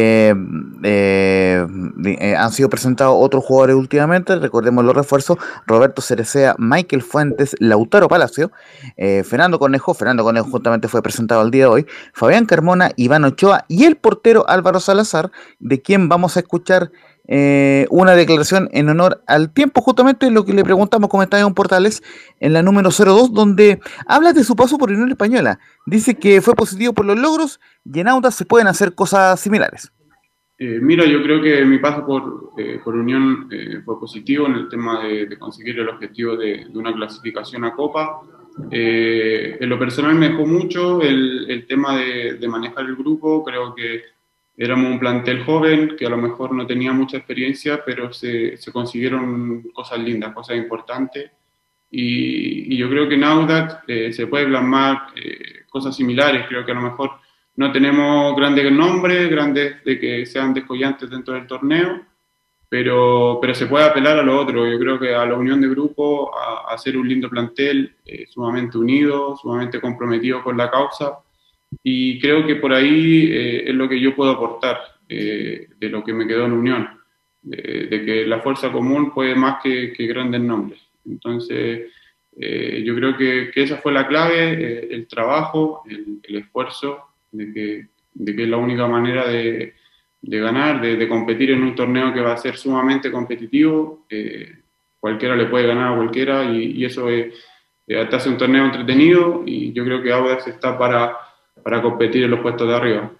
F: han sido presentados otros jugadores últimamente, recordemos los refuerzos: Roberto Cerecea, Michael Fuentes, Lautaro Palacio, Fernando Conejo justamente fue presentado el día de hoy, Fabián Carmona, Iván Ochoa y el portero Álvaro Salazar, de quien vamos a escuchar una declaración en honor al tiempo, justamente lo que le preguntamos como Estadio Portales en la número 02, donde habla de su paso por Unión Española. Dice que fue positivo por los logros y en Audax se pueden hacer cosas similares.
R: Mira, yo creo que mi paso por Unión fue positivo en el tema de conseguir el objetivo de una clasificación a Copa. En lo personal me dejó mucho el tema de manejar el grupo. Creo que éramos un plantel joven que a lo mejor no tenía mucha experiencia, pero se consiguieron cosas lindas, cosas importantes. Y yo creo que en Audax se puede plasmar cosas similares. Creo que a lo mejor no tenemos grandes nombres, grandes de que sean descollantes dentro del torneo, pero se puede apelar a lo otro. Yo creo que a la unión de grupo, a hacer un lindo plantel, sumamente unido, sumamente comprometido con la causa, y creo que por ahí es lo que yo puedo aportar de lo que me quedó en Unión, de que la fuerza común puede más que grandes nombres. Entonces yo creo que esa fue la clave, el trabajo, el esfuerzo, de que es la única manera de ganar, de competir en un torneo que va a ser sumamente competitivo. Cualquiera le puede ganar a cualquiera, y eso te hace un torneo entretenido, y yo creo que Audax está para competir en los puestos de arriba.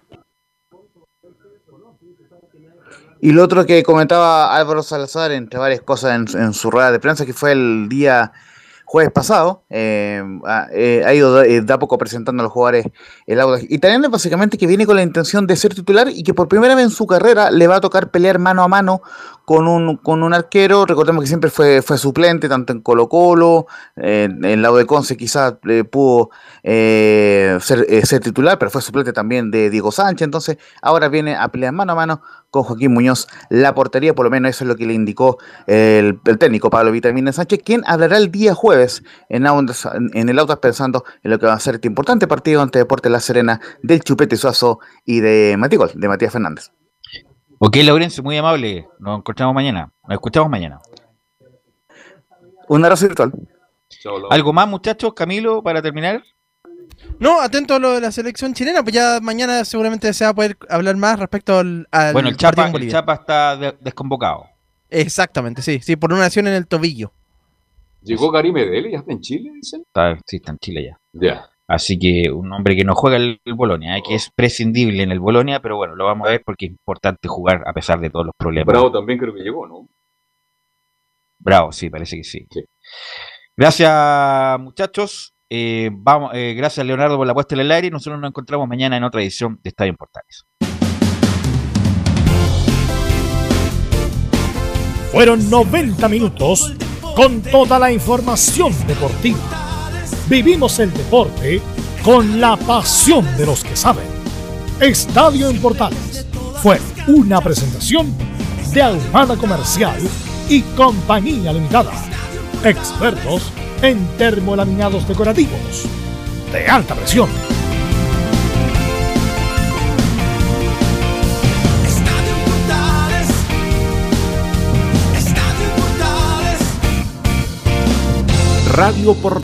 F: Y lo otro que comentaba Álvaro Salazar, entre varias cosas en su rueda de prensa, que fue el día jueves pasado, ha ido de a poco presentando a los jugadores el Audax italiano, básicamente que viene con la intención de ser titular y que por primera vez en su carrera le va a tocar pelear mano a mano con un arquero. Recordemos que siempre fue suplente, tanto en Colo-Colo, en el lado de Conce quizás pudo ser titular, pero fue suplente también de Diego Sánchez. Entonces ahora viene a pelear mano a mano con Joaquín Muñoz la portería, por lo menos eso es lo que le indicó el técnico Pablo Vitamina Sánchez, quien hablará el día jueves en el Audax pensando en lo que va a ser este importante partido ante Deportes La Serena del Chupete Suazo y de Matigol, de Matías Fernández.
G: Ok, Laurencio, muy amable. Nos escuchamos mañana.
F: Un abrazo virtual.
G: ¿Algo más, muchachos? Camilo, para terminar.
I: No, atento a lo de la selección chilena, pues ya mañana seguramente se va a poder hablar más respecto al
G: bueno, el
I: partido en
G: Chapa está desconvocado.
I: Exactamente, sí, por una lesión en el tobillo.
B: ¿Llegó Gary Medel? ¿Ya está en Chile, dicen?
G: Sí, está en Chile ya.
B: Ya.
G: Así que un hombre que no juega el Bolonia, que es prescindible en el Bolonia, pero bueno, lo vamos a ver porque es importante jugar a pesar de todos los problemas.
B: Bravo también creo que llegó, ¿no?
G: Bravo, sí, parece que sí. Gracias, muchachos. Gracias, Leonardo, por la puesta en el aire. Nosotros nos encontramos mañana en otra edición de Estadio en Portales.
A: Fueron 90 minutos con toda la información deportiva. Vivimos el deporte con la pasión de los que saben. Estadio en Portales fue una presentación de Ahumada Comercial y Compañía Limitada. Expertos en termolaminados decorativos de alta presión.
K: Radio Portales.